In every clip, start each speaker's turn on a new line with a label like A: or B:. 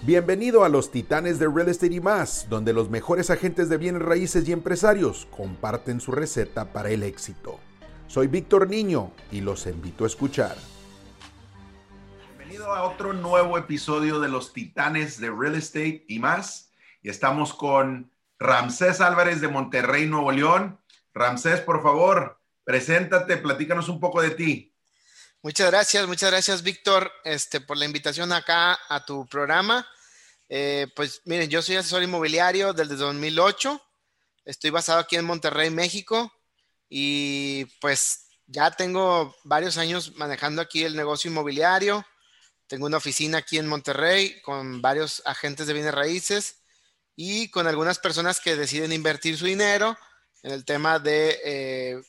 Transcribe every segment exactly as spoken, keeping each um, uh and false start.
A: Bienvenido a los Titanes de Real Estate y más, donde los mejores agentes de bienes raíces y empresarios comparten su receta para el éxito. Soy Víctor Niño y los invito a escuchar. Bienvenido a otro nuevo episodio de los Titanes de Real Estate y más. Y estamos con Ramsés Álvarez de Monterrey, Nuevo León. Ramsés, por favor, preséntate, platícanos un poco de ti.
B: Muchas gracias, muchas gracias, Víctor, este, por la invitación acá a tu programa. Eh, pues miren, yo soy asesor inmobiliario desde dos mil ocho. Estoy basado aquí en Monterrey, México. Y pues ya tengo varios años manejando aquí el negocio inmobiliario. Tengo una oficina aquí en Monterrey con varios agentes de bienes raíces y con algunas personas que deciden invertir su dinero en el tema de eh,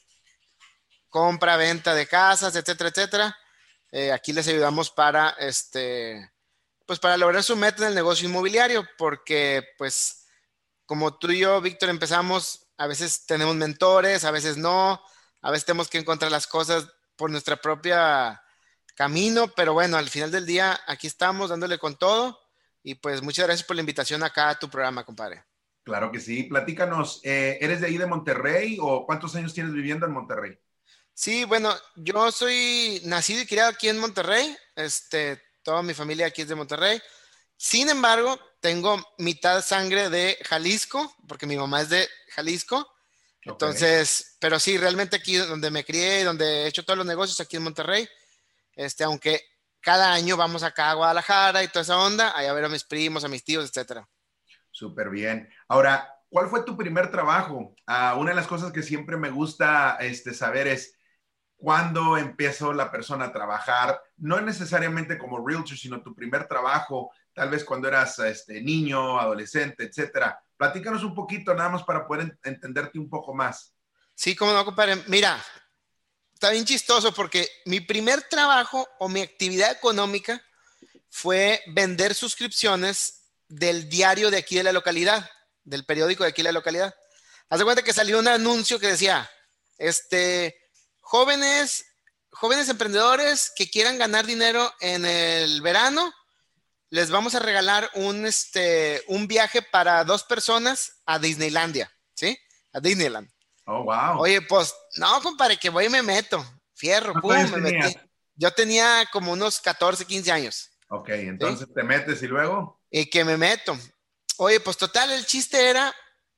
B: compra, venta de casas, etcétera, etcétera. Eh, aquí les ayudamos para, este, pues para lograr su meta en el negocio inmobiliario, porque pues como tú y yo, Víctor, empezamos, a veces tenemos mentores, a veces no, a veces tenemos que encontrar las cosas por nuestra propia camino, pero bueno, al final del día aquí estamos dándole con todo y pues muchas gracias por la invitación acá a tu programa, compadre.
A: Claro que sí, platícanos, eh, ¿eres de ahí de Monterrey o cuántos años tienes viviendo en Monterrey?
B: Sí, bueno, yo soy nacido y criado aquí en Monterrey, este, toda mi familia aquí es de Monterrey. Sin embargo, tengo mitad sangre de Jalisco, porque mi mamá es de Jalisco.
A: Okay.
B: Entonces, pero sí, realmente aquí donde me crié, donde he hecho todos los negocios aquí en Monterrey, este, aunque cada año vamos acá a Guadalajara y toda esa onda, ahí a ver a mis primos, a mis tíos, etcétera.
A: Súper bien. Ahora, ¿cuál fue tu primer trabajo? Uh, una de las cosas que siempre me gusta este, saber es cuándo empezó la persona a trabajar, no necesariamente como realtor, sino tu primer trabajo, tal vez cuando eras este, niño, adolescente, etcétera. Platícanos un poquito, nada más para poder entenderte un poco más.
B: Sí, cómo no, compadre. Mira, está bien chistoso porque mi primer trabajo o mi actividad económica fue vender suscripciones del diario de aquí de la localidad, del periódico de aquí de la localidad. Haz de cuenta que salió un anuncio que decía, este, jóvenes, jóvenes emprendedores que quieran ganar dinero en el verano, les vamos a regalar un, este, un viaje para dos personas a Disneylandia, ¿sí? A Disneyland.
A: Oh, wow.
B: Oye, pues, no, compadre, que voy y me meto. Fierro,
A: ¿Cuántos
B: pum,
A: años
B: me
A: tenías?
B: metí. Yo tenía como unos catorce, quince años,
A: Ok,
B: ¿sí?
A: entonces te metes y luego.
B: Y que me meto. Oye, pues total, el chiste era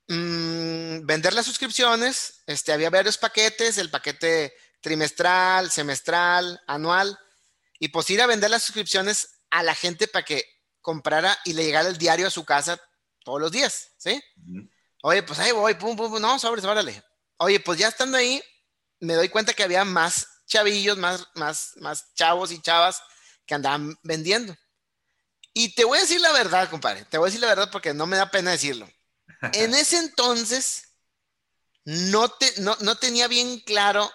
B: mmm, vender las suscripciones. Este, había varios paquetes, el paquete trimestral, semestral, anual, y pues ir a vender las suscripciones a la gente para que comprara y le llegara el diario a su casa todos los días, ¿sí?
A: Uh-huh.
B: Oye, pues ahí voy, pum, pum, pum, no, sobres, órale. Oye, pues ya estando ahí, me doy cuenta que había más chavillos, más, más, más chavos y chavas que andaban vendiendo. Y te voy a decir la verdad, compadre, te voy a decir la verdad porque no me da pena decirlo. En ese entonces no, te, no, no tenía bien claro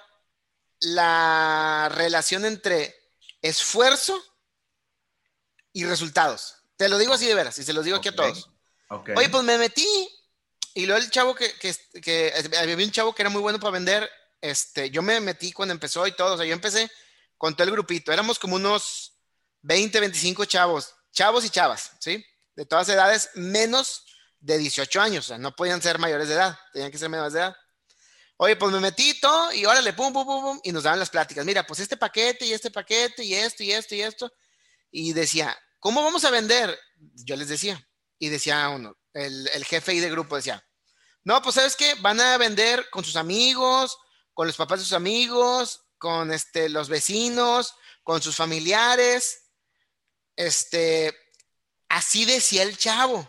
B: la relación entre esfuerzo y resultados. Te lo digo así de veras y se los digo aquí
A: Ok,
B: a todos.
A: ok.
B: Oye, pues me metí y luego el chavo que, que, que había un chavo que era muy bueno para vender, este, yo me metí cuando empezó y todo, o sea, yo empecé con todo el grupito, éramos como unos veinte, veinticinco chavos, chavos y chavas, ¿sí? De todas edades, menos de dieciocho años, o sea, no podían ser mayores de edad, tenían que ser menores de edad. Oye, pues me metí todo y órale, pum, pum, pum, pum, y nos daban las pláticas. Mira, pues este paquete y este paquete y esto y esto y esto. Y decía, ¿cómo vamos a vender? Yo les decía. Y decía uno, el, el jefe ahí de grupo decía, no, pues ¿sabes qué? Van a vender con sus amigos, con los papás de sus amigos, con este, los vecinos, con sus familiares. Este, así decía el chavo.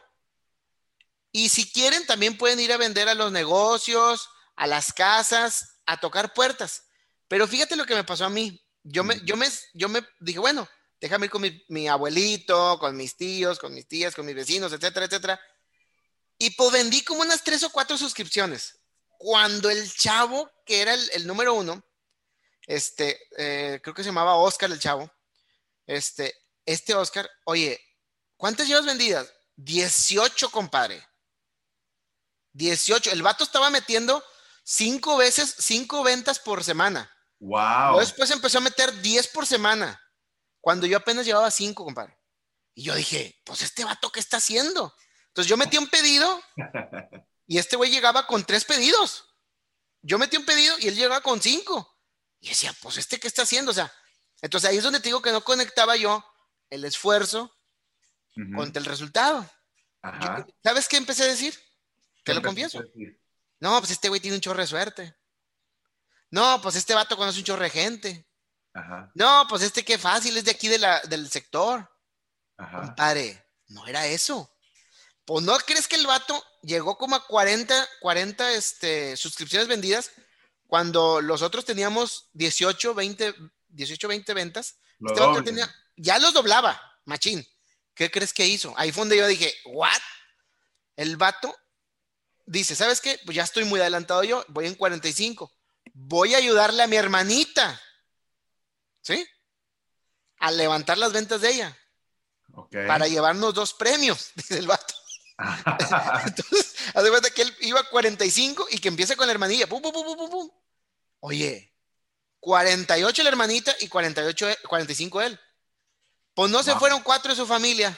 B: Y si quieren, también pueden ir a vender a los negocios, a las casas, a tocar puertas. Pero fíjate lo que me pasó a mí. Yo me, yo me, yo me dije, bueno, déjame ir con mi, mi abuelito, con mis tíos, con mis tías, con mis vecinos, etcétera, etcétera. Y pues vendí como unas tres o cuatro suscripciones. Cuando el chavo, que era el, el número uno, este, eh, creo que se llamaba Oscar el chavo, este, este Oscar, oye, ¿cuántas llevas vendidas? Dieciocho, compadre. Dieciocho. El vato estaba metiendo cinco veces, cinco ventas por semana. Luego
A: Wow.
B: después empezó a meter diez por semana, cuando yo apenas llevaba cinco, compadre. Y yo dije, pues este vato, ¿qué está haciendo? Entonces yo metí un pedido y este güey llegaba con tres pedidos. Yo metí un pedido y él llegaba con cinco. Y decía, pues este, ¿qué está haciendo? O sea, entonces ahí es donde te digo que no conectaba yo el esfuerzo
A: Ujú.
B: contra el resultado. Yo-
A: Ajá.
B: ¿Sabes qué empecé a decir?
A: ¿Qué
B: Te lo
A: empezaste a
B: confieso.
A: decir?
B: No, pues este güey tiene un chorro de suerte. No, pues este vato conoce un chorro de gente.
A: Ajá,
B: No, pues este qué fácil, es de aquí de la, del sector.
A: ajá.
B: Compadre, no era eso. Pues no crees que el vato llegó como a cuarenta, cuarenta este, suscripciones vendidas cuando los otros teníamos dieciocho, veinte, dieciocho, veinte ventas.
A: Lo
B: Este vato ya
A: doble.
B: tenía, ya los doblaba, machín. ¿Qué crees que hizo? Ahí fue donde yo dije, ¿what? El vato dice, ¿sabes qué? Pues ya estoy muy adelantado yo, voy en cuarenta y cinco. Voy a ayudarle a mi hermanita, ¿sí? A levantar las ventas de ella
A: Ok.
B: para llevarnos dos premios, dice el vato. Entonces, haz de cuenta que él iba a cuarenta y cinco y que empieza con la hermanilla. Pum, pum, pum, pum, pum, pum. Oye, cuarenta y ocho la hermanita y cuarenta y ocho, cuarenta y cinco él. Pues no se
A: Wow.
B: fueron cuatro de su familia.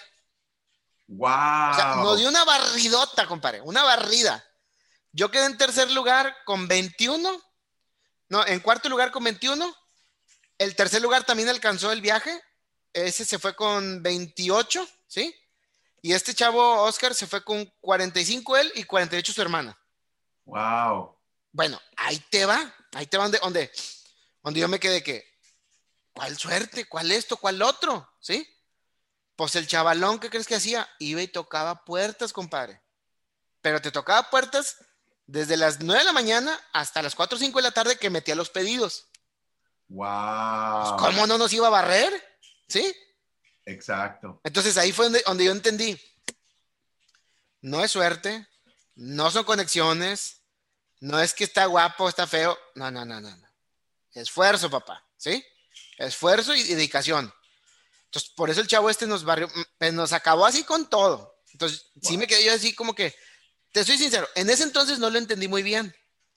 B: O sea, nos dio
A: Wow.
B: una barridota, compadre, una barrida. Yo quedé en tercer lugar con veintiuno. No, en cuarto lugar con veintiuno. El tercer lugar también alcanzó el viaje. Ese se fue con veintiocho, ¿sí? Y este chavo, Oscar, se fue con cuarenta y cinco él y cuarenta y ocho su hermana.
A: Wow.
B: Bueno, ahí te va, ahí te va donde, donde, donde yo me quedé que, ¿cuál suerte? ¿Cuál esto? ¿Cuál otro? ¿Sí? Pues el chavalón, ¿qué crees que hacía? Iba y tocaba puertas, compadre. Pero te tocaba puertas desde las nueve de la mañana hasta las cuatro o cinco de la tarde que metía los pedidos. Pues,
A: Wow.
B: ¿cómo no nos iba a barrer? ¿Sí?
A: Exacto.
B: Entonces ahí fue donde, donde yo entendí, no es suerte, no son conexiones, no es que está guapo, está feo, no, no, no, no, no. Esfuerzo, papá, ¿sí? Esfuerzo y dedicación. Entonces, por eso el chavo este nos barrió, nos acabó así con todo. Entonces, sí me
A: Wow.
B: quedé yo así como que, te soy sincero, en ese entonces no lo entendí muy bien,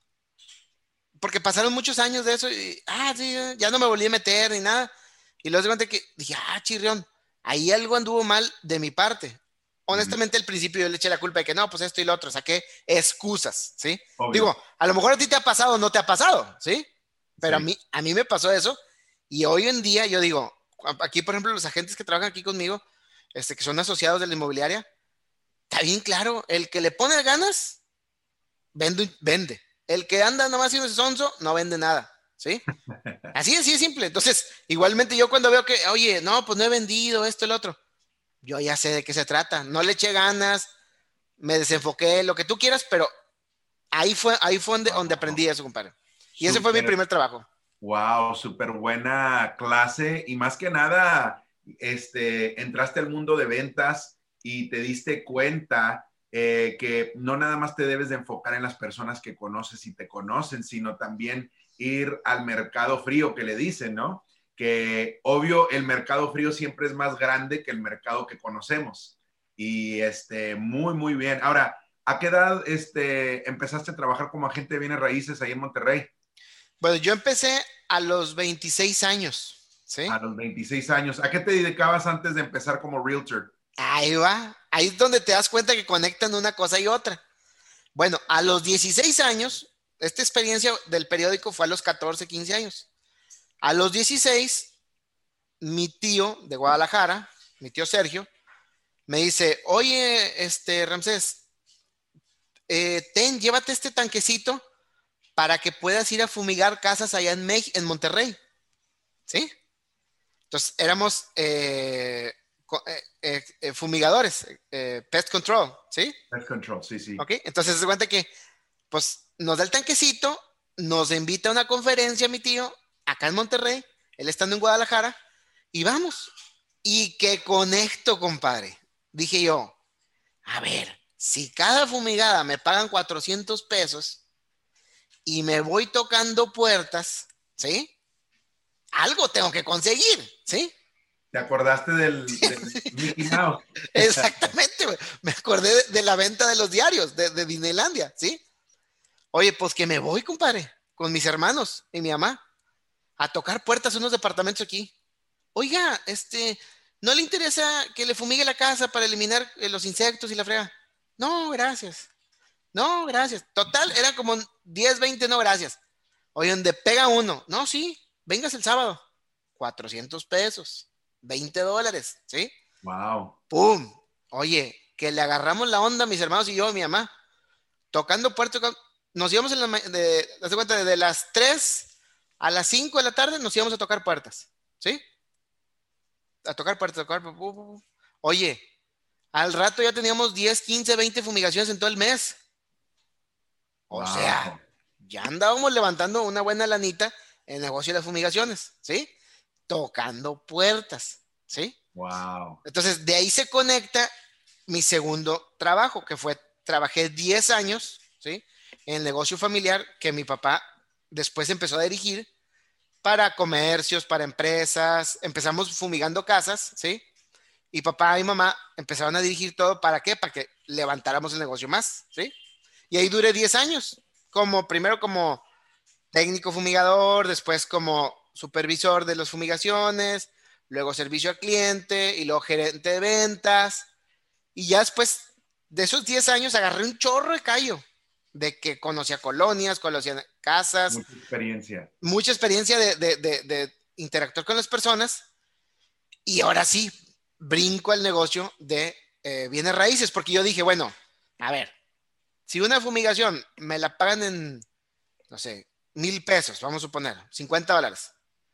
B: porque pasaron muchos años de eso y, ah, sí, ya no me volví a meter ni nada. Y luego de cuenta que dije, ah, chirrión, ahí algo anduvo mal de mi parte.
A: Ujú.
B: Honestamente, al principio yo le eché la culpa de que no, pues esto y lo otro, saqué excusas, ¿sí?
A: Obvio.
B: Digo, a lo mejor a ti te ha pasado, no te ha pasado, ¿sí? Pero a
A: Sí.
B: mí, a mí me pasó eso y hoy en día yo digo, aquí por ejemplo los agentes que trabajan aquí conmigo, este, que son asociados de la inmobiliaria, está bien claro, el que le pone ganas, vende, vende. El que anda nomás haciendo ese sonso, no vende nada, ¿sí? Así es, así es simple. Entonces, igualmente yo cuando veo que, oye, no, pues no he vendido esto, el otro, yo ya sé de qué se trata. No le eché ganas, me desenfoqué, lo que tú quieras, pero ahí fue, ahí fue donde, donde
A: Wow.
B: aprendí eso, compadre. Y ese fue mi
A: Súper.
B: primer trabajo.
A: Wow, súper buena clase y más que nada, este, entraste al mundo de ventas y te diste cuenta eh, que no nada más te debes de enfocar en las personas que conoces y te conocen, sino también ir al mercado frío que le dicen, ¿no? Que obvio el mercado frío siempre es más grande que el mercado que conocemos. Y este, muy, muy bien. Ahora, ¿a qué edad este, empezaste a trabajar como agente de bienes raíces ahí en Monterrey?
B: Bueno, yo empecé a los veintiséis años, ¿sí?
A: A los veintiséis años. ¿A qué te dedicabas antes de empezar como realtor?
B: Ahí va. Ahí es donde te das cuenta que conectan una cosa y otra. Bueno, a los dieciséis años, esta experiencia del periódico fue a los catorce, quince años. A los dieciséis, mi tío de Guadalajara, mi tío Sergio, me dice, oye, este, Ramsés, eh, ten, llévate este tanquecito para que puedas ir a fumigar casas allá en, Mex en Monterrey, ¿sí? Entonces, éramos eh, eh, eh, eh, fumigadores, eh, pest control, ¿sí?
A: Pest control, sí, sí.
B: ¿Ok? Entonces, se cuenta que, pues, nos da el tanquecito, nos invita a una conferencia, mi tío, acá en Monterrey, él estando en Guadalajara, y vamos. Y que conecto, compadre. Dije yo, a ver, si cada fumigada me pagan cuatrocientos pesos y me voy tocando puertas, ¿sí? Algo tengo que conseguir, ¿sí?
A: ¿Te acordaste del, del Mickey Mouse?
B: Exactamente, güey. Me acordé de, de la venta de los diarios de, de Disneylandia, ¿sí? Oye, pues que me voy, compadre, con mis hermanos y mi mamá a tocar puertas en unos departamentos aquí. Oiga, este, ¿no le interesa que le fumigue la casa para eliminar eh, los insectos y la frega? No, gracias. No, gracias. Total, era como diez, veinte, no, gracias. Oye, donde pega uno. No, sí, vengas el sábado. cuatrocientos pesos, veinte dólares, ¿sí?
A: Wow.
B: ¡Pum! Oye, que le agarramos la onda mis hermanos y yo, mi mamá, tocando puerto. Nos íbamos en la, de, ¿te das cuenta? De las tres a las cinco de la tarde nos íbamos a tocar puertas, ¿sí? A tocar puertas, a tocar puertas. Oye, al rato ya teníamos diez, quince, veinte fumigaciones en todo el mes. O
A: Wow.
B: sea, ya andábamos levantando una buena lanita en el negocio de las fumigaciones, ¿sí? Tocando puertas, ¿sí?
A: Wow.
B: Entonces, de ahí se conecta mi segundo trabajo, que fue, trabajé diez años, ¿sí? En el negocio familiar que mi papá después empezó a dirigir para comercios, para empresas. Empezamos fumigando casas, ¿sí? Y papá y mamá empezaron a dirigir todo. ¿Para qué? Para que levantáramos el negocio más, ¿sí? Y ahí duré diez años, como primero como técnico fumigador, después como supervisor de las fumigaciones, luego servicio al cliente y luego gerente de ventas. Y ya después de esos diez años agarré un chorro de callo, de que conocía colonias, conocía casas,
A: Mucha experiencia.
B: mucha experiencia de, de, de, de interactuar con las personas. Y ahora sí, brinco al negocio de eh, bienes raíces, porque yo dije, bueno, a ver, si una fumigación me la pagan en, no sé, mil pesos, vamos a suponer, cincuenta dólares,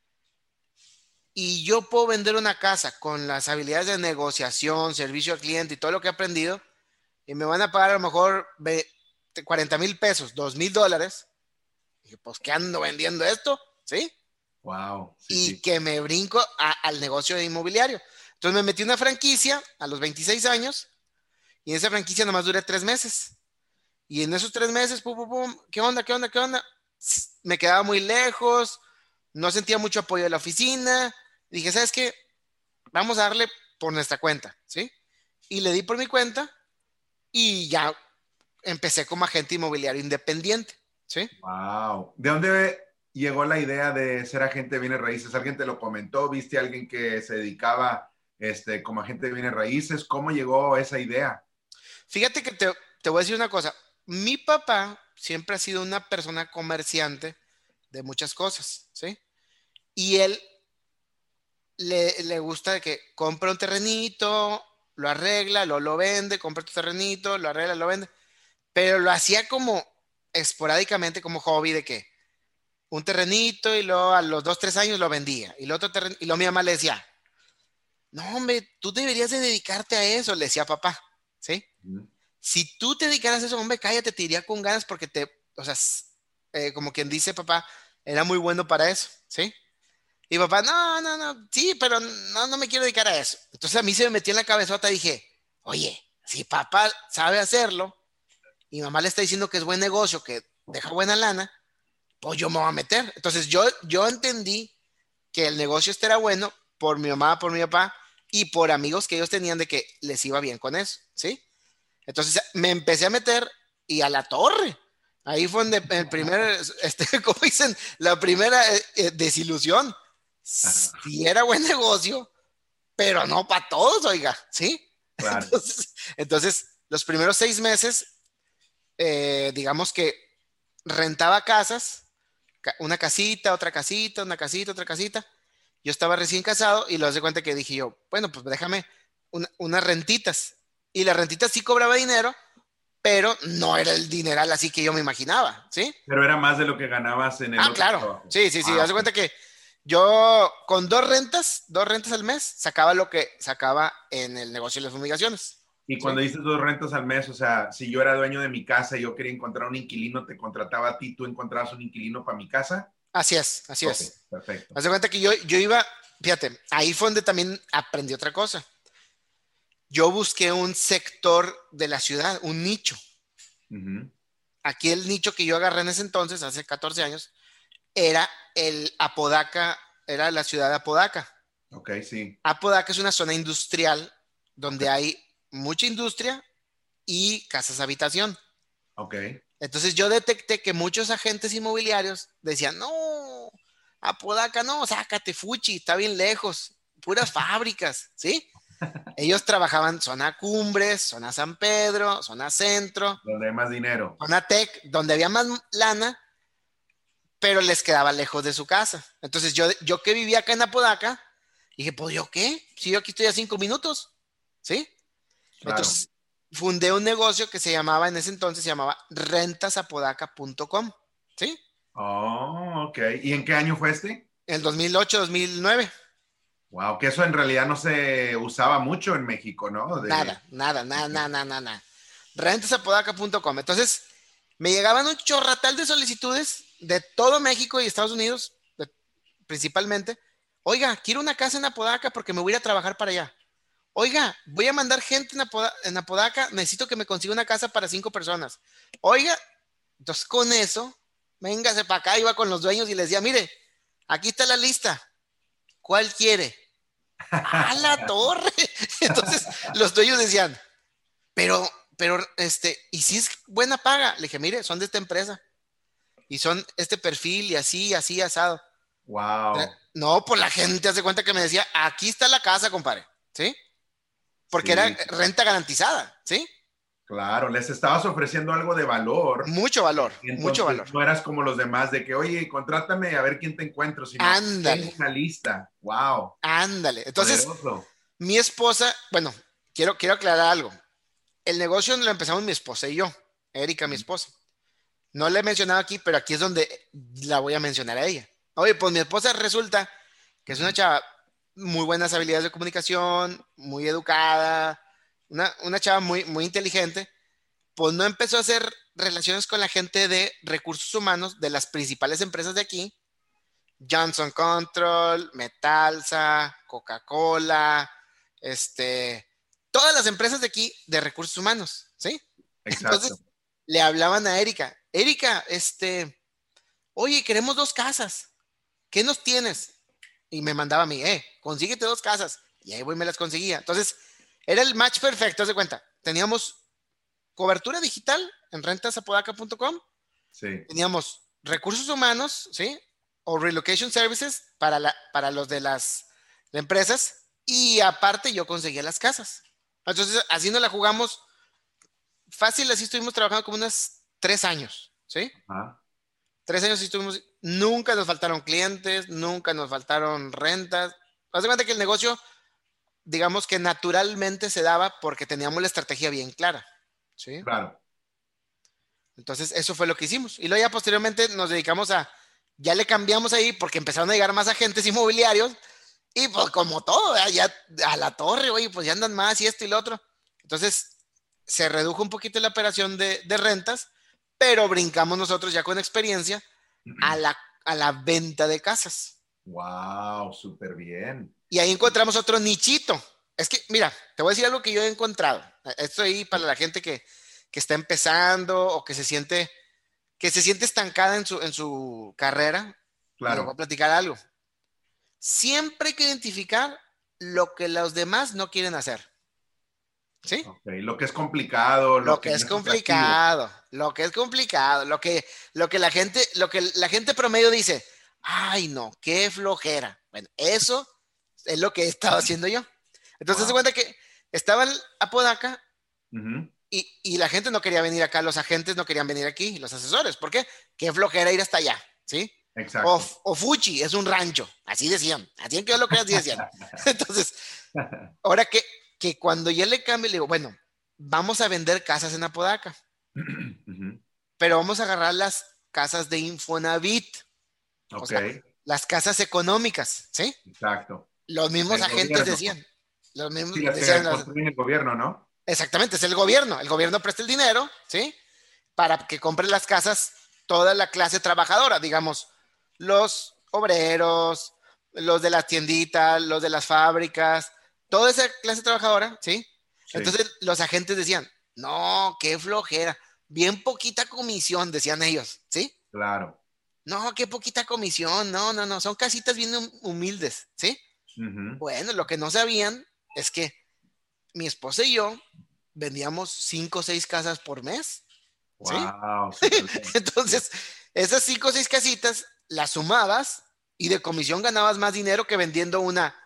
B: y yo puedo vender una casa con las habilidades de negociación, servicio al cliente y todo lo que he aprendido, y me van a pagar a lo mejor cuarenta mil pesos, dos mil dólares, dije, pues, ¿qué ando vendiendo esto? ¿Sí?
A: Wow. Sí,
B: Y
A: sí.
B: que me brinco a, al negocio de inmobiliario. Entonces me metí una franquicia a los veintiséis años, y en esa franquicia nomás duré tres meses. Y en esos tres meses, pum, pum, pum, ¿qué onda, qué onda, qué onda? Me quedaba muy lejos, no sentía mucho apoyo de la oficina. Dije, ¿sabes qué? Vamos a darle por nuestra cuenta, ¿sí? Y le di por mi cuenta y ya empecé como agente inmobiliario independiente, ¿sí?
A: Wow. ¿De dónde llegó la idea de ser agente de bienes raíces? ¿Alguien te lo comentó? ¿Viste a alguien que se dedicaba este, como agente de bienes raíces? ¿Cómo llegó esa idea?
B: Fíjate que te, te voy a decir una cosa. Mi papá siempre ha sido una persona comerciante de muchas cosas, ¿sí? Y él le, le gusta de que compra un terrenito, lo arregla, lo, lo vende, compra tu terrenito, lo arregla, lo vende, pero lo hacía como esporádicamente, como hobby de que un terrenito y luego a los dos, tres años lo vendía. Y, lo otro terren y luego mi mamá le decía, no, hombre, tú deberías de dedicarte a eso, le decía papá, ¿sí?
A: Mm.
B: Si tú te dedicaras a eso, hombre, cállate, te iría con ganas porque te, o sea, eh, como quien dice papá, era muy bueno para eso, ¿sí? Y papá, no, no, no, sí, pero no, no me quiero dedicar a eso. Entonces a mí se me metió en la cabezota y dije, oye, si papá sabe hacerlo y mamá le está diciendo que es buen negocio, que deja buena lana, pues yo me voy a meter. Entonces yo, yo entendí que el negocio este era bueno por mi mamá, por mi papá y por amigos que ellos tenían de que les iba bien con eso, ¿sí? Entonces me empecé a meter y a la torre. Ahí fue donde el primer, este, como dicen, la primera eh, eh, desilusión.
A: Ajá,
B: Sí era buen negocio, pero no para todos, oiga, ¿sí?
A: claro.
B: Entonces, entonces los primeros seis meses, eh, digamos que rentaba casas, una casita, otra casita, una casita, otra casita. Yo estaba recién casado y lo hace cuenta que dije yo, bueno, pues déjame una, unas rentitas. Y las rentitas sí cobraba dinero, pero no era el dineral así que yo me imaginaba, ¿sí?
A: Pero era más de lo que ganabas en el
B: Ah,
A: otro
B: claro.
A: trabajo.
B: Sí, sí, sí.
A: Ah,
B: Haz de
A: ok.
B: cuenta que yo con dos rentas, dos rentas al mes, sacaba lo que sacaba en el negocio de las fumigaciones.
A: Y
B: ¿Sí?
A: cuando dices dos rentas al mes, o sea, si yo era dueño de mi casa y yo quería encontrar un inquilino, te contrataba a ti, tú encontrabas un inquilino para mi casa.
B: Así es, así
A: Ok,
B: es.
A: perfecto.
B: Haz de cuenta que yo, yo iba, fíjate, ahí fue donde también aprendí otra cosa. Yo busqué un sector de la ciudad, un nicho.
A: Ujú.
B: Aquí el nicho que yo agarré en ese entonces, hace catorce años, era el Apodaca, era la ciudad de Apodaca.
A: Ok, sí.
B: Apodaca es una zona industrial
A: Ok,
B: donde hay mucha industria y casas habitación.
A: ok.
B: Entonces yo detecté que muchos agentes inmobiliarios decían, no, Apodaca no, sácate Fuchi, está bien lejos. puras fábricas, ¿sí? Ellos trabajaban zona Cumbres, zona San Pedro, zona Centro,
A: donde hay más dinero.
B: zona Tec, donde había más lana, pero les quedaba lejos de su casa. Entonces yo, yo que vivía acá en Apodaca, dije, pues yo qué, si yo aquí estoy a cinco minutos, ¿sí?
A: Claro.
B: Entonces fundé un negocio que se llamaba, en ese entonces se llamaba rentas apodaca punto com, ¿sí?
A: Oh, ok. ¿Y en qué año fue este?
B: En el dos mil ocho, dos mil nueve.
A: Wow, que eso en realidad no se usaba mucho en México, ¿no? De...
B: Nada, nada, nada, nada, nada, nada. rentas apodaca punto com. Entonces, me llegaban un chorratal de solicitudes de todo México y Estados Unidos, de, principalmente. Oiga, quiero una casa en Apodaca porque me voy a ir a trabajar para allá. Oiga, voy a mandar gente en, Apoda en Apodaca, necesito que me consiga una casa para cinco personas. Oiga, entonces con eso, véngase para acá, iba con los dueños y les decía, mire, aquí está la lista, ¿cuál quiere? ¡A la torre! Entonces los dueños decían, pero, pero, este, ¿y si es buena paga? Le dije, mire, son de esta empresa y son este perfil y así, así, asado.
A: Wow.
B: No, pues la gente hace cuenta que me decía, aquí está la casa, compadre, ¿sí? Porque
A: Sí,
B: era renta garantizada, ¿sí?
A: claro, les estabas ofreciendo algo de valor.
B: Mucho valor,
A: Y
B: mucho
A: entonces
B: valor.
A: no eras como los demás de que, oye, contrátame a ver quién te encuentro, sino
B: Ándale,
A: tengo una lista. Wow,
B: ándale. Entonces,
A: poderoso.
B: mi esposa, bueno, quiero, quiero aclarar algo. El negocio lo empezamos mi esposa y yo, Erika, mi esposa. No la he mencionado aquí, pero aquí es donde la voy a mencionar a ella. Oye, pues mi esposa resulta que es una chava muy buenas habilidades de comunicación, muy educada, una, una chava muy, muy inteligente. Pues no empezó a hacer relaciones con la gente de recursos humanos de las principales empresas de aquí, Johnson Control, Metalsa, Coca-Cola, este, todas las empresas de aquí de recursos humanos, ¿sí?
A: Exacto.
B: Entonces le hablaban a Erika, Erika, este, oye, queremos dos casas, ¿qué nos tienes? Y me mandaba a mí, eh, consíguete dos casas. Y ahí voy y me las conseguía. Entonces, era el match perfecto, haz de cuenta. Teníamos cobertura digital en rentas apodaca punto com,
A: Sí.
B: teníamos recursos humanos, ¿sí? O relocation services para, la, para los de las de empresas, y aparte yo conseguía las casas. Entonces, así nos la jugamos fácil, así estuvimos trabajando como unos tres años, ¿sí?
A: Ajá.
B: Tres años sí estuvimos, nunca nos faltaron clientes, nunca nos faltaron rentas. Haz de cuenta que el negocio, digamos que naturalmente se daba porque teníamos la estrategia bien clara, ¿sí?
A: Claro.
B: Entonces, eso fue lo que hicimos. Y luego ya posteriormente nos dedicamos a, ya le cambiamos ahí porque empezaron a llegar más agentes inmobiliarios y pues como todo, ¿verdad? Ya a la torre, oye, pues ya andan más y esto y lo otro. Entonces, se redujo un poquito la operación de, de rentas, pero brincamos nosotros ya con experiencia a la, a la venta de casas.
A: Wow, súper bien.
B: Y ahí encontramos otro nichito. Es que, mira, te voy a decir algo que yo he encontrado. Esto ahí para la gente que, que está empezando o que se siente, que se siente estancada en su, en su carrera. Les voy a
A: Claro.
B: platicar algo. Siempre hay que identificar lo que los demás no quieren hacer. ¿Sí?
A: Ok, lo que es complicado, lo
B: Lo
A: que
B: que
A: no
B: es
A: es atractivo.
B: complicado, lo que es complicado, lo que, lo que la gente, lo que la gente promedio dice, ay no, qué flojera. Bueno, eso es lo que he estado haciendo yo. Entonces se
A: Wow.
B: cuenta que estaba en Apodaca
A: Ujú.
B: y, y la gente no quería venir acá, los agentes no querían venir aquí, los asesores. ¿Por qué? Qué flojera ir hasta allá, ¿sí? O,
A: Exacto.
B: o Fuchi, es un rancho, así decían, así que yo lo creas, así decían. Entonces, ahora que, que cuando ya le cambio, le digo, bueno, vamos a vender casas en Apodaca,
A: Ujú.
B: pero vamos a agarrar las casas de Infonavit, o
A: Ok,
B: sea, las casas económicas, ¿sí?
A: exacto.
B: Los mismos
A: El
B: agentes
A: gobierno.
B: decían, los
A: Sí,
B: mismos
A: las
B: decían,
A: que
B: las-
A: construyen el gobierno, ¿no?
B: exactamente, es el gobierno, el gobierno presta el dinero, ¿sí? Para que compren las casas toda la clase trabajadora, digamos, los obreros, los de las tienditas, los de las fábricas, toda esa clase trabajadora, ¿sí?
A: Sí,
B: Entonces los agentes decían, no, qué flojera, bien poquita comisión, decían ellos, ¿sí?
A: claro.
B: No, qué poquita comisión, no, no, no, son casitas bien hum- humildes, ¿sí?
A: Ujú.
B: Bueno, lo que no sabían es que mi esposa y yo vendíamos cinco o seis casas por mes, ¿sí?
A: Wow, súper bien. Sí.
B: Entonces, esas cinco o seis casitas las sumabas y de comisión ganabas más dinero que vendiendo una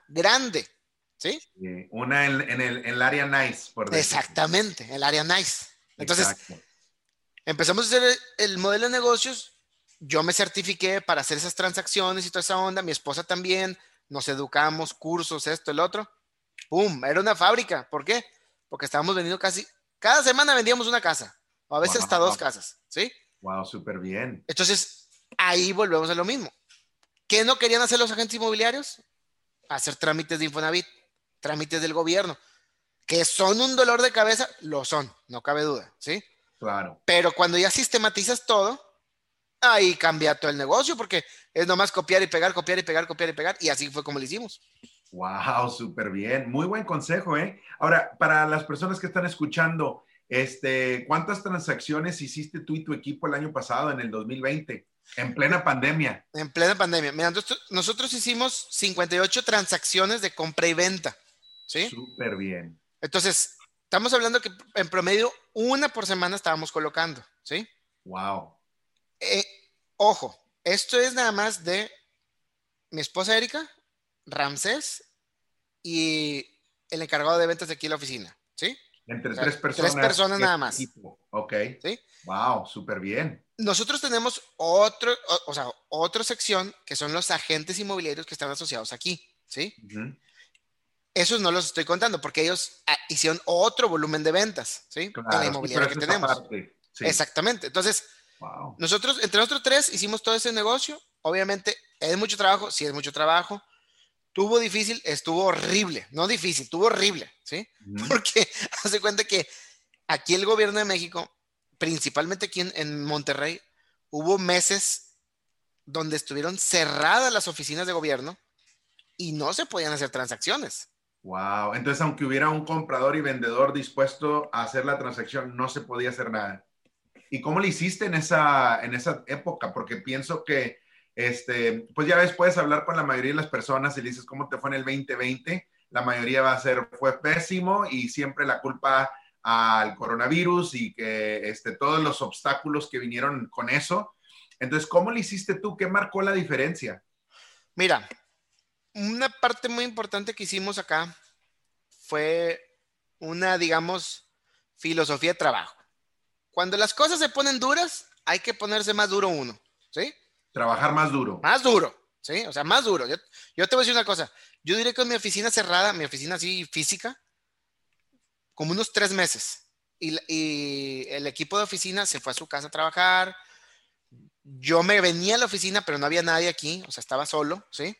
B: grande, ¿sí?
A: Sí, una en, en el, en el área nice, por decirlo.
B: Exactamente, el área nice. Entonces,
A: Exacto.
B: empezamos a hacer el, el modelo de negocios. Yo me certifiqué para hacer esas transacciones y toda esa onda. Mi esposa también. Nos educamos, cursos, esto, el otro. ¡Pum! Era una fábrica. ¿Por qué? Porque estábamos vendiendo casi, cada semana vendíamos una casa, o a veces hasta dos
A: Wow,
B: casas, ¿sí?
A: wow, súper bien.
B: Entonces, ahí volvemos a lo mismo. ¿Qué no querían hacer los agentes inmobiliarios? Hacer trámites de Infonavit, trámites del gobierno, que son un dolor de cabeza, lo son, no cabe duda, ¿sí?
A: Claro.
B: Pero cuando ya sistematizas todo, ahí cambia todo el negocio, porque es nomás copiar y pegar, copiar y pegar, copiar y pegar, y así fue como lo hicimos.
A: Wow, súper bien. Muy buen consejo, ¿eh? Ahora, para las personas que están escuchando, este, ¿cuántas transacciones hiciste tú y tu equipo el año pasado, en el dos mil veinte, en plena pandemia?
B: En plena pandemia. Mira, nosotros, nosotros hicimos cincuenta y ocho transacciones de compra y venta, ¿sí?
A: Súper bien.
B: Entonces, estamos hablando que en promedio una por semana estábamos colocando, ¿sí?
A: Wow.
B: Eh, ojo, esto es nada más de mi esposa Erika, Ramsés y el encargado de ventas de aquí en la oficina, ¿sí? O
A: Entre
B: sea,
A: tres
B: tres
A: personas
B: personas
A: y
B: nada
A: este
B: más,
A: equipo. Ok.
B: ¿sí?
A: Wow, súper bien.
B: Nosotros tenemos otro, o, o sea, otra sección que son los agentes inmobiliarios que están asociados aquí, ¿sí?
A: Ujú.
B: Esos no los estoy contando porque ellos ah, hicieron otro volumen de ventas, ¿sí? En la
A: Claro, sí, pero
B: inmobiliaria que
A: eso es
B: tenemos.
A: aparte. Sí.
B: Exactamente. Entonces,
A: Wow.
B: nosotros, entre nosotros tres, hicimos todo ese negocio. Obviamente, es mucho trabajo, sí es mucho trabajo. Tuvo difícil, estuvo horrible. No difícil, tuvo horrible, ¿sí?
A: Ujú.
B: Porque hace cuenta que aquí el gobierno de México, principalmente aquí en, en Monterrey, hubo meses donde estuvieron cerradas las oficinas de gobierno y no se podían hacer transacciones.
A: Wow. Entonces, aunque hubiera un comprador y vendedor dispuesto a hacer la transacción, no se podía hacer nada. ¿Y cómo le hiciste en esa, en esa época? Porque pienso que, este, pues ya ves, puedes hablar con la mayoría de las personas y le dices cómo te fue en el veinte veinte. La mayoría va a ser, fue pésimo y siempre la culpa al coronavirus y que este, todos los obstáculos que vinieron con eso. Entonces, ¿cómo le hiciste tú? ¿Qué marcó la diferencia?
B: Mira, una parte muy importante que hicimos acá fue una, digamos, filosofía de trabajo. Cuando las cosas se ponen duras, hay que ponerse más duro uno, ¿sí?
A: Trabajar más duro.
B: Más duro, ¿sí? O sea, más duro. Yo, yo te voy a decir una cosa. Yo diré que en mi oficina cerrada, mi oficina así física, como unos tres meses. Y, y el equipo de oficina se fue a su casa a trabajar. Yo me venía a la oficina, pero no había nadie aquí, o sea, estaba solo, ¿sí?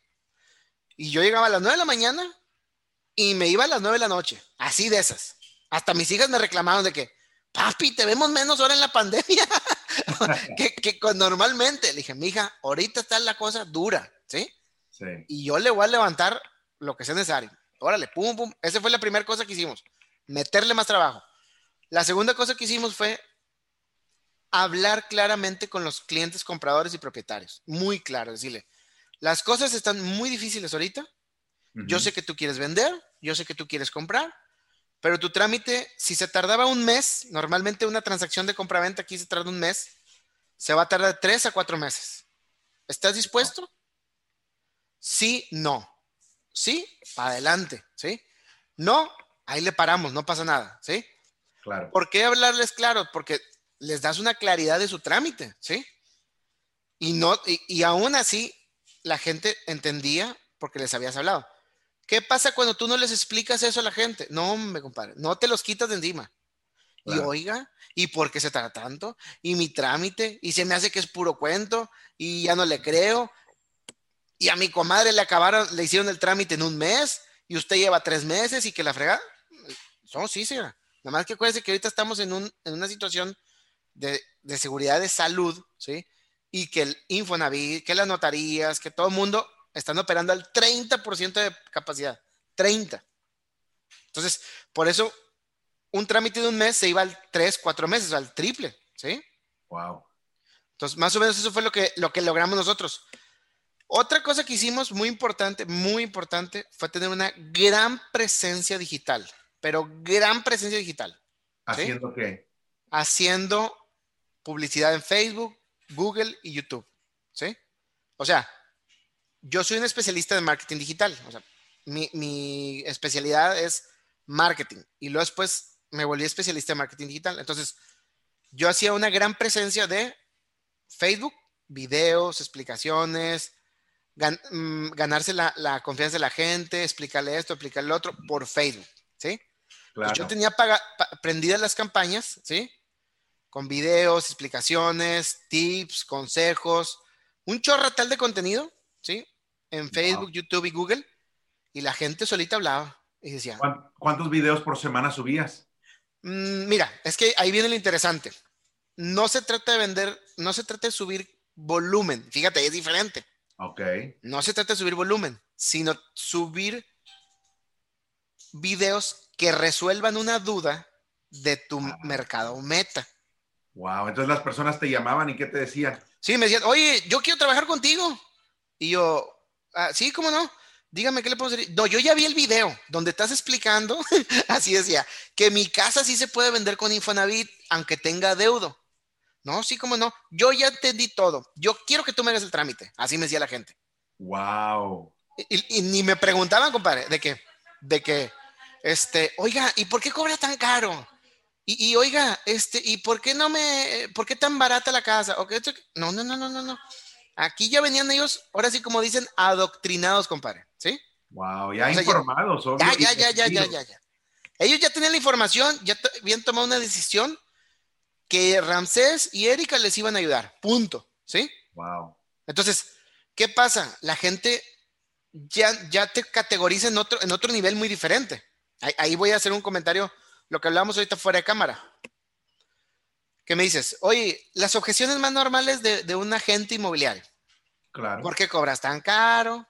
B: Y yo llegaba a las nueve de la mañana y me iba a las nueve de la noche, así de esas. Hasta mis hijas me reclamaron de que, papi, te vemos menos ahora en la pandemia que, que con normalmente. Le dije, mija, ahorita está la cosa dura, ¿sí?
A: Sí.
B: Y yo le voy a levantar lo que sea necesario. Órale, pum, pum. Esa fue la primera cosa que hicimos, meterle más trabajo. La segunda cosa que hicimos fue hablar claramente con los clientes, compradores y propietarios. Muy claro, decirle, las cosas están muy difíciles ahorita. Yo
A: Ujú.
B: sé que tú quieres vender, yo sé que tú quieres comprar, pero tu trámite, si se tardaba un mes, normalmente una transacción de compra-venta aquí se tarda un mes, se va a tardar tres a cuatro meses. ¿Estás dispuesto? Sí, no. Sí, para adelante, ¿sí? No, ahí le paramos, no pasa nada, ¿sí?
A: Claro.
B: ¿Por qué hablarles claro? Porque les das una claridad de su trámite, ¿sí? Y, no, y, y aún así la gente entendía porque les habías hablado. ¿Qué pasa cuando tú no les explicas eso a la gente? No, me compadre, no te los quitas de encima. Y
A: Claro.
B: oiga, ¿y por qué se trata tanto? Y mi trámite, y se me hace que es puro cuento, y ya no le creo. Y a mi comadre le acabaron, le hicieron el trámite en un mes, y usted lleva tres meses y que la frega. No, sí, señora. Nada más que acuérdese que ahorita estamos en, un, en una situación de, de seguridad de salud, ¿sí? Y que el Infonavit, que las notarías, que todo el mundo están operando al treinta por ciento de capacidad. treinta. Entonces, por eso un trámite de un mes se iba al tres, cuatro meses, al triple, ¿sí?
A: Wow.
B: Entonces, más o menos eso fue lo que, lo que logramos nosotros. Otra cosa que hicimos muy importante, muy importante, fue tener una gran presencia digital, pero gran presencia digital, ¿sí?
A: ¿Haciendo qué?
B: Haciendo publicidad en Facebook, Google y YouTube, ¿sí? O sea, yo soy un especialista de marketing digital, o sea, mi, mi especialidad es marketing y luego después me volví especialista en marketing digital. Entonces, yo hacía una gran presencia de Facebook, videos, explicaciones, gan, mmm, ganarse la, la confianza de la gente, explicarle esto, explicarle lo otro por Facebook, ¿sí?
A: Claro.
B: Entonces, yo tenía paga, pa, prendidas las campañas, ¿sí? Con videos, explicaciones, tips, consejos, un chorratal de contenido, ¿sí? En Facebook,
A: Wow.
B: YouTube y Google, y la gente solita hablaba y decía,
A: ¿Cuántos videos por semana subías?
B: mmm, mira, es que ahí viene lo interesante. No se trata de vender, no se trata de subir volumen, fíjate, es diferente.
A: Ok.
B: No se trata de subir volumen, sino subir videos que resuelvan una duda de tu
A: Ah,
B: mercado meta.
A: wow. Entonces las personas te llamaban y ¿qué te decían?
B: Sí, me decían, oye, yo quiero trabajar contigo. Y yo, ah, sí, ¿cómo no? Dígame qué le puedo hacer. No, yo ya vi el video donde estás explicando, así decía, que mi casa sí se puede vender con Infonavit, aunque tenga deudo. No, sí, cómo no. Yo ya entendí todo. Yo quiero que tú me hagas el trámite. Así me decía la gente.
A: Wow.
B: Y, y- y ni me preguntaban, compadre, de que, de que, este, oiga, ¿y por qué cobra tan caro? Y, y, oiga, este, ¿y por qué no me, por qué tan barata la casa? ¿O qué? No, no, no, no, no, no. Aquí ya venían ellos, ahora sí como dicen, adoctrinados, compadre, ¿sí?
A: Wow. Ya
B: O sea, ya,
A: informados,
B: ya,
A: obvio, y
B: ya, ya, ya, ya,
A: decididos.
B: ya, ya. Ellos ya tenían la información, ya t- habían tomado una decisión que Ramsés y Erika les iban a ayudar, punto, ¿sí?
A: Wow.
B: Entonces, ¿qué pasa? La gente ya, ya te categoriza en otro, en otro nivel muy diferente. Ahí, ahí voy a hacer un comentario, lo que hablábamos ahorita fuera de cámara. ¿Qué me dices? Oye, las objeciones más normales de, de un agente inmobiliario. ¿Por
A: Claro.
B: qué cobras tan caro?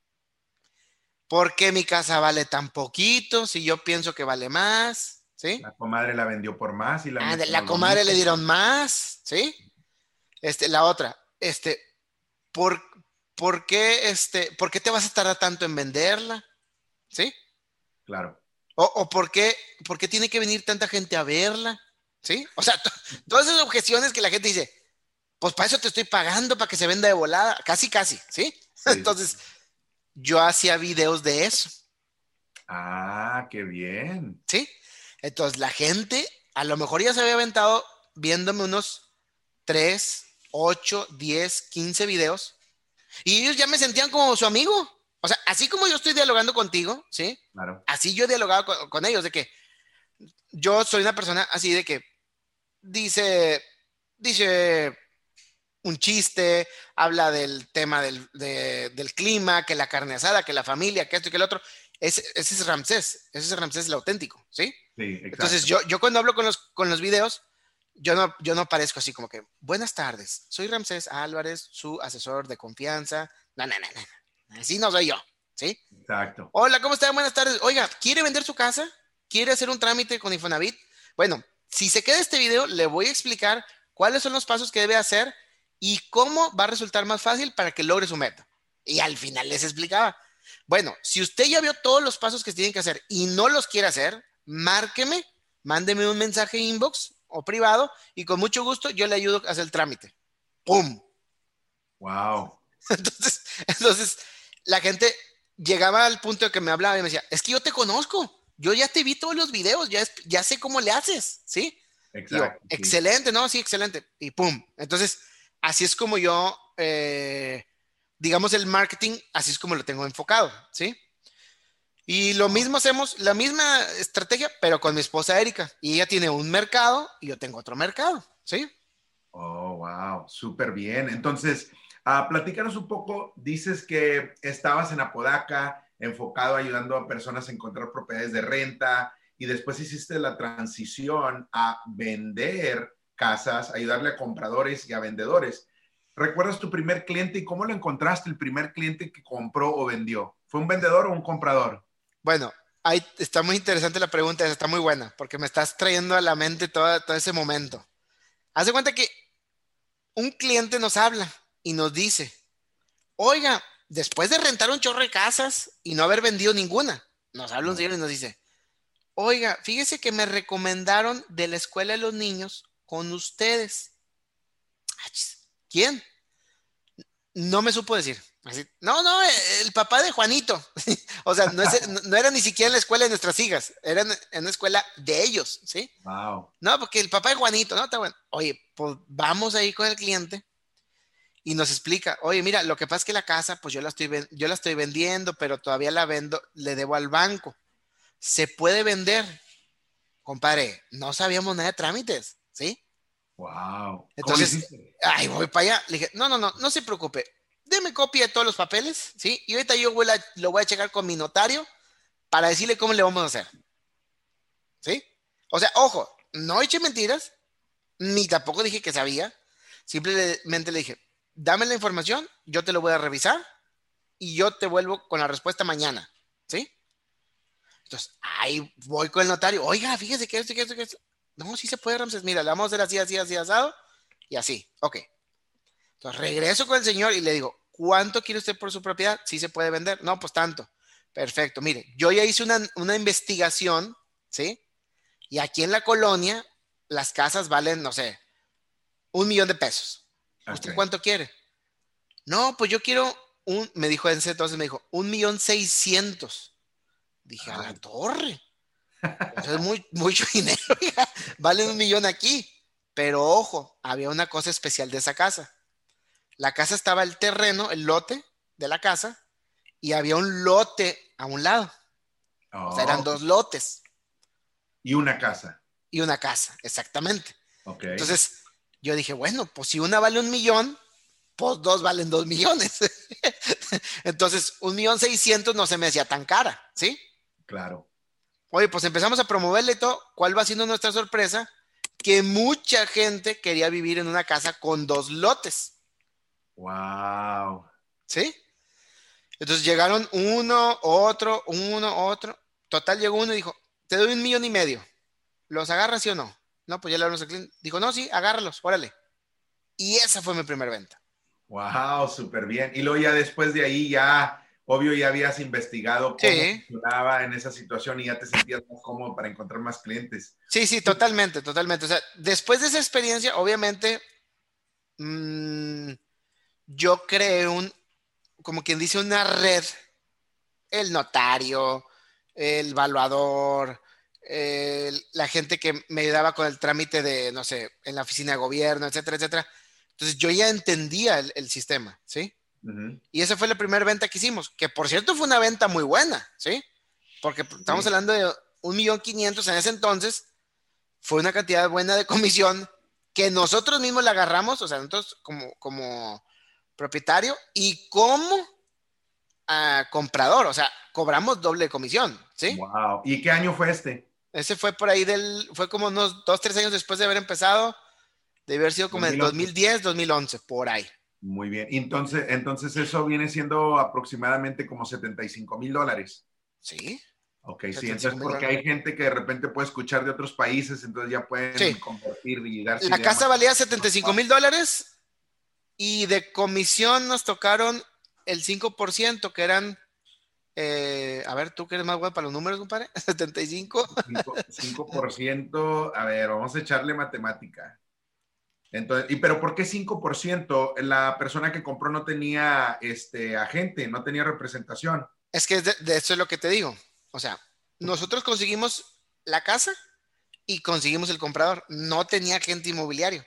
B: ¿Por qué mi casa vale tan poquito si yo pienso que vale más? ¿Sí?
A: La comadre la vendió por más y la
B: Ah,
A: mía
B: de
A: no
B: la
A: lo
B: comadre le
A: hizo.
B: dieron más, ¿sí? Este, la otra, este, ¿por, por qué, este, ¿por qué te vas a tardar tanto en venderla? ¿Sí?
A: Claro.
B: O, o por qué, ¿por qué tiene que venir tanta gente a verla? ¿Sí? O sea, todas esas objeciones que la gente dice, pues para eso te estoy pagando, para que se venda de volada, casi, casi, ¿sí?
A: Sí.
B: Entonces, yo hacía videos de eso,
A: Ah, qué bien.
B: ¿sí? Entonces, la gente a lo mejor ya se había aventado viéndome unos tres, ocho, diez, quince videos y ellos ya me sentían como su amigo. O sea, así como yo estoy dialogando contigo, ¿sí?
A: Claro.
B: Así yo he dialogado con, con ellos, de que yo soy una persona así de que dice, dice un chiste, habla del tema del, de, del clima, que la carne asada, que la familia, que esto y que el otro. Ese, ese es Ramsés, ese es Ramsés el auténtico, ¿sí?
A: Sí,
B: Entonces
A: exacto.
B: yo, yo cuando hablo con los, con los videos, yo no, yo no aparezco así como que, buenas tardes, soy Ramsés Álvarez, su asesor de confianza. No, no, no, no, así no soy yo, ¿sí?
A: Exacto.
B: Hola, ¿cómo está? Buenas tardes. Oiga, ¿quiere vender su casa? ¿Quiere hacer un trámite con Infonavit? Bueno, si se queda este video, le voy a explicar cuáles son los pasos que debe hacer y cómo va a resultar más fácil para que logre su meta. Y al final les explicaba. Bueno, si usted ya vio todos los pasos que tienen que hacer y no los quiere hacer, márqueme, mándeme un mensaje inbox o privado y con mucho gusto yo le ayudo a hacer el trámite. ¡Pum!
A: Wow.
B: Entonces, entonces la gente llegaba al punto de que me hablaba y me decía, es que yo te conozco, yo ya te vi todos los videos, ya, es, ya sé cómo le haces, ¿sí? Y yo,
A: Exacto, sí.
B: excelente, ¿no? Sí, excelente. Y pum. Entonces, así es como yo, eh, digamos, el marketing, así es como lo tengo enfocado, ¿sí? Y lo
A: Wow.
B: mismo hacemos, la misma estrategia, pero con mi esposa Erika. Y ella tiene un mercado y yo tengo otro mercado, ¿sí?
A: Oh, wow, súper bien. Entonces, ah, platícanos un poco, dices que estabas en Apodaca, enfocado ayudando a personas a encontrar propiedades de renta y después hiciste la transición a vender casas, ayudarle a compradores y a vendedores. ¿Recuerdas tu primer cliente y cómo lo encontraste, el primer cliente que compró o vendió? ¿Fue un vendedor o un comprador?
B: Bueno, ahí está muy interesante la pregunta, está muy buena, porque me estás trayendo a la mente todo, todo ese momento. Haz de cuenta que un cliente nos habla y nos dice, oiga, después de rentar un chorro de casas y no haber vendido ninguna, nos habla un
A: Claro.
B: señor y nos dice, oiga, fíjese que me recomendaron de la escuela de los niños con ustedes. ¿Quién? No me supo decir. Así, no, no, el papá de Juanito. O sea, no, es, no, no era ni siquiera en la escuela de nuestras hijas, era en, en la escuela de ellos, ¿sí?
A: Wow.
B: No, porque el papá de Juanito, no, está bueno. Oye, pues vamos ahí con el cliente y nos explica, oye, mira, lo que pasa es que la casa, pues yo la estoy, yo la estoy vendiendo, pero todavía la vendo, le debo al banco. ¿Se puede vender? Compadre, no sabíamos nada de trámites, ¿sí?
A: Wow. ¿Cómo le
B: Entonces,
A: hiciste?
B: ay, voy para allá. Le dije, no, no, no, no se preocupe. Deme copia de todos los papeles, ¿sí? Y ahorita yo voy a, lo voy a checar con mi notario para decirle cómo le vamos a hacer, ¿sí? O sea, ojo, no eché mentiras, ni tampoco dije que sabía. Simplemente le dije, dame la información, yo te lo voy a revisar y yo te vuelvo con la respuesta mañana, ¿sí? Entonces, ahí voy con el notario. Oiga, fíjese que esto, que esto, que esto. No, sí se puede, Ramses. Mira, le vamos a hacer así, así, así, asado. Y así. Ok. Entonces, regreso con el señor y le digo, ¿cuánto quiere usted por su propiedad? ¿Sí se puede vender? No, pues tanto. Perfecto. Mire, yo ya hice una, una investigación, ¿sí? Y aquí en la colonia, las casas valen, no sé, un millón de pesos. ¿Usted
A: Okay.
B: cuánto quiere? No, pues yo quiero un, me dijo en ese entonces, me dijo, un millón seiscientos. Dije, a la
A: Ay.
B: torre. Eso es muy, mucho dinero, ya. Vale un millón aquí. Pero ojo, había una cosa especial de esa casa. La casa estaba el terreno, el lote de la casa, y había un lote a un lado. O sea, eran
A: Oh,
B: dos lotes
A: y una casa.
B: y una casa, exactamente.
A: Ok.
B: Entonces, yo dije, bueno, pues si una vale un millón, pues dos valen dos millones. Entonces, un millón seiscientos no se me hacía tan cara, ¿sí?
A: Claro.
B: Oye, pues empezamos a promoverle y todo. ¿Cuál va siendo nuestra sorpresa? Que mucha gente quería vivir en una casa con dos lotes,
A: Wow.
B: ¿sí? Entonces llegaron uno, otro, uno, otro. Total llegó uno y dijo, te doy un millón y medio. ¿Los agarras sí o no? No, pues ya le hablamos al cliente. Dijo, no, sí, agárralos, órale. Y esa fue mi primera venta.
A: Wow, súper bien. Y luego ya después de ahí ya, obvio, ya habías investigado cómo
B: Sí,
A: funcionaba en esa situación y ya te sentías más cómodo para encontrar más clientes.
B: sí, sí, totalmente, totalmente. O sea, después de esa experiencia, obviamente, mmm, yo creé un, como quien dice, una red, el notario, el evaluador, el- la gente que me ayudaba con el trámite de, no sé, en la oficina de gobierno, etcétera, etcétera. Entonces yo ya entendía el, el sistema, ¿sí?
A: Ujú.
B: Y esa fue la primera venta que hicimos, que por cierto fue una venta muy buena, ¿sí? Porque estamos
A: Sí.
B: hablando de un millón quinientos en ese entonces, fue una cantidad buena de comisión que nosotros mismos la agarramos, o sea, nosotros como, como propietario y como uh, comprador, o sea, cobramos doble comisión, ¿sí?
A: Wow. ¿Y qué año fue este?
B: Ese fue por ahí del, fue como unos dos, tres años después de haber empezado, de haber sido como en el
A: dos mil once.
B: dos mil diez, dos mil once, por ahí.
A: Muy bien. Entonces, entonces eso viene siendo aproximadamente como setenta y cinco mil dólares.
B: Sí,
A: Ok, sí,
B: setenta y cinco
A: entonces
B: mil
A: porque
B: dólares.
A: hay gente que de repente puede escuchar de otros países, entonces ya
B: Sí,
A: pueden convertir y darse
B: la
A: idea
B: casa
A: más.
B: valía setenta y cinco mil dólares y de comisión nos tocaron el cinco por ciento, que eran, eh, a ver, tú que eres más bueno para los números, compadre, setenta y cinco.
A: Cinco por ciento, a ver, vamos a echarle matemática. Entonces, ¿y pero por qué cinco por ciento? La persona que compró no tenía este agente, no tenía representación.
B: Es que de, de eso es lo que te digo. O sea, nosotros conseguimos la casa y conseguimos el comprador. No tenía agente inmobiliario.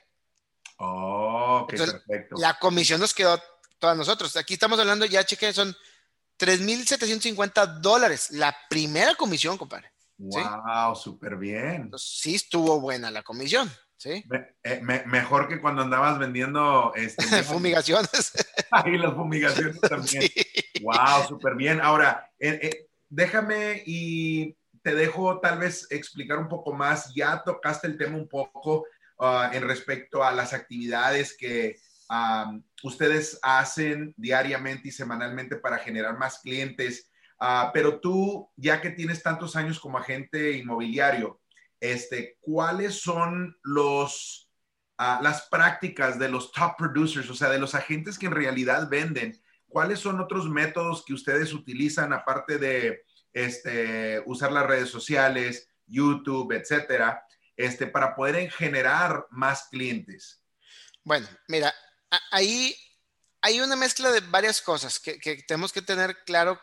A: Oh, ok,
B: Entonces,
A: perfecto.
B: la comisión nos quedó todos nosotros. Aquí estamos hablando, ya cheque, son tres mil setecientos cincuenta dólares. La primera comisión, compadre. ¿Sí?
A: Wow, súper bien.
B: Entonces, sí estuvo buena la comisión. ¿Sí?
A: Me- eh, me- mejor que cuando andabas vendiendo este llave.
B: Fumigaciones.
A: Y las fumigaciones
B: Sí.
A: también. Wow, súper bien. Ahora, eh, eh, déjame y te dejo tal vez explicar un poco más. Ya tocaste el tema un poco uh, en respecto a las actividades que um, ustedes hacen diariamente y semanalmente para generar más clientes. Uh, pero tú, ya que tienes tantos años como agente inmobiliario, este, ¿cuáles son los uh, las prácticas de los top producers, o sea, de los agentes que en realidad venden? ¿Cuáles son otros métodos que ustedes utilizan aparte de este, usar las redes sociales, YouTube, etcétera, este, para poder generar más clientes?
B: Bueno, mira, a- ahí hay una mezcla de varias cosas que, que tenemos que tener claro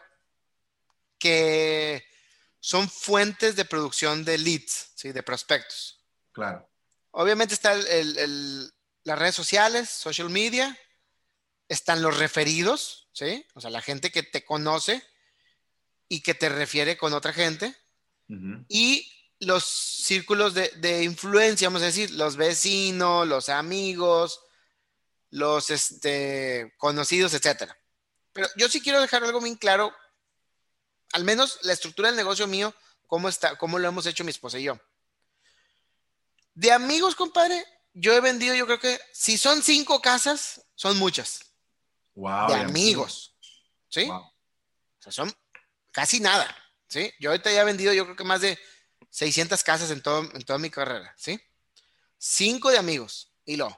B: que son fuentes de producción de leads, ¿sí? De prospectos.
A: Claro.
B: Obviamente está el, el, el, las redes sociales, social media, están los referidos, ¿sí? O sea, la gente que te conoce y que te refiere con otra gente. Uh-huh. Y los círculos de, de influencia, vamos a decir, los vecinos, los amigos, los este, conocidos, etcétera. Pero yo sí quiero dejar algo bien claro, al menos la estructura del negocio mío, cómo está, cómo lo hemos hecho mi esposa y yo. De amigos, compadre, yo he vendido, yo creo que si son cinco casas, son muchas.
A: Wow,
B: de amigos, amigos. ¿Sí?
A: Wow.
B: O sea, son casi nada, ¿sí? Yo ahorita ya he vendido, yo creo que más de seiscientas casas en, todo, en toda mi carrera, ¿sí? Cinco de amigos. Y luego,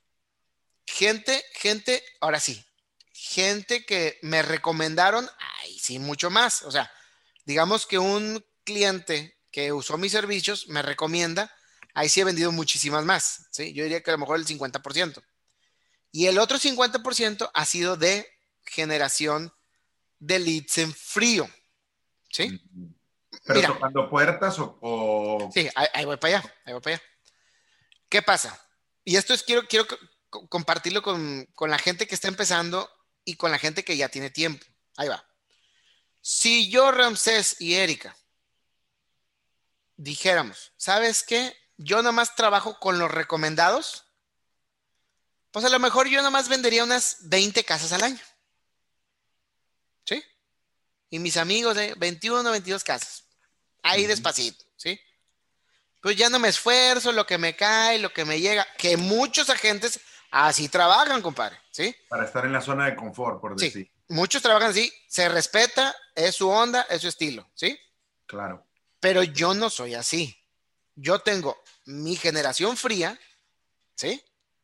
B: gente, gente, ahora sí, gente que me recomendaron, ay, sí, mucho más. O sea, digamos que un cliente que usó mis servicios me recomienda, ahí sí he vendido muchísimas más, ¿sí? Yo diría que a lo mejor el cincuenta por ciento. Y el otro cincuenta por ciento ha sido de generación de leads en frío, ¿sí?
A: ¿Pero Mira, tocando puertas o...? o...
B: Sí, ahí, ahí voy para allá, ahí voy para allá. ¿Qué pasa? Y esto es, quiero, quiero compartirlo con, con la gente que está empezando y con la gente que ya tiene tiempo. Ahí va. Si yo, Ramsés y Erika dijéramos, ¿sabes qué? Yo nomás trabajo con los recomendados, pues a lo mejor yo nomás vendería unas veinte casas al año. ¿Sí? Y mis amigos de veintiuno, veintidós casas. Ahí uh-huh. Despacito, ¿sí? Pues ya no me esfuerzo, lo que me cae, lo que me llega, que muchos agentes así trabajan, compadre, ¿sí?
A: Para estar en la zona de confort, por decir.
B: Sí, muchos trabajan así, se respeta, es su onda, es su estilo, ¿sí?
A: Claro.
B: Pero yo no soy así. Yo tengo mi generación fría, ¿sí?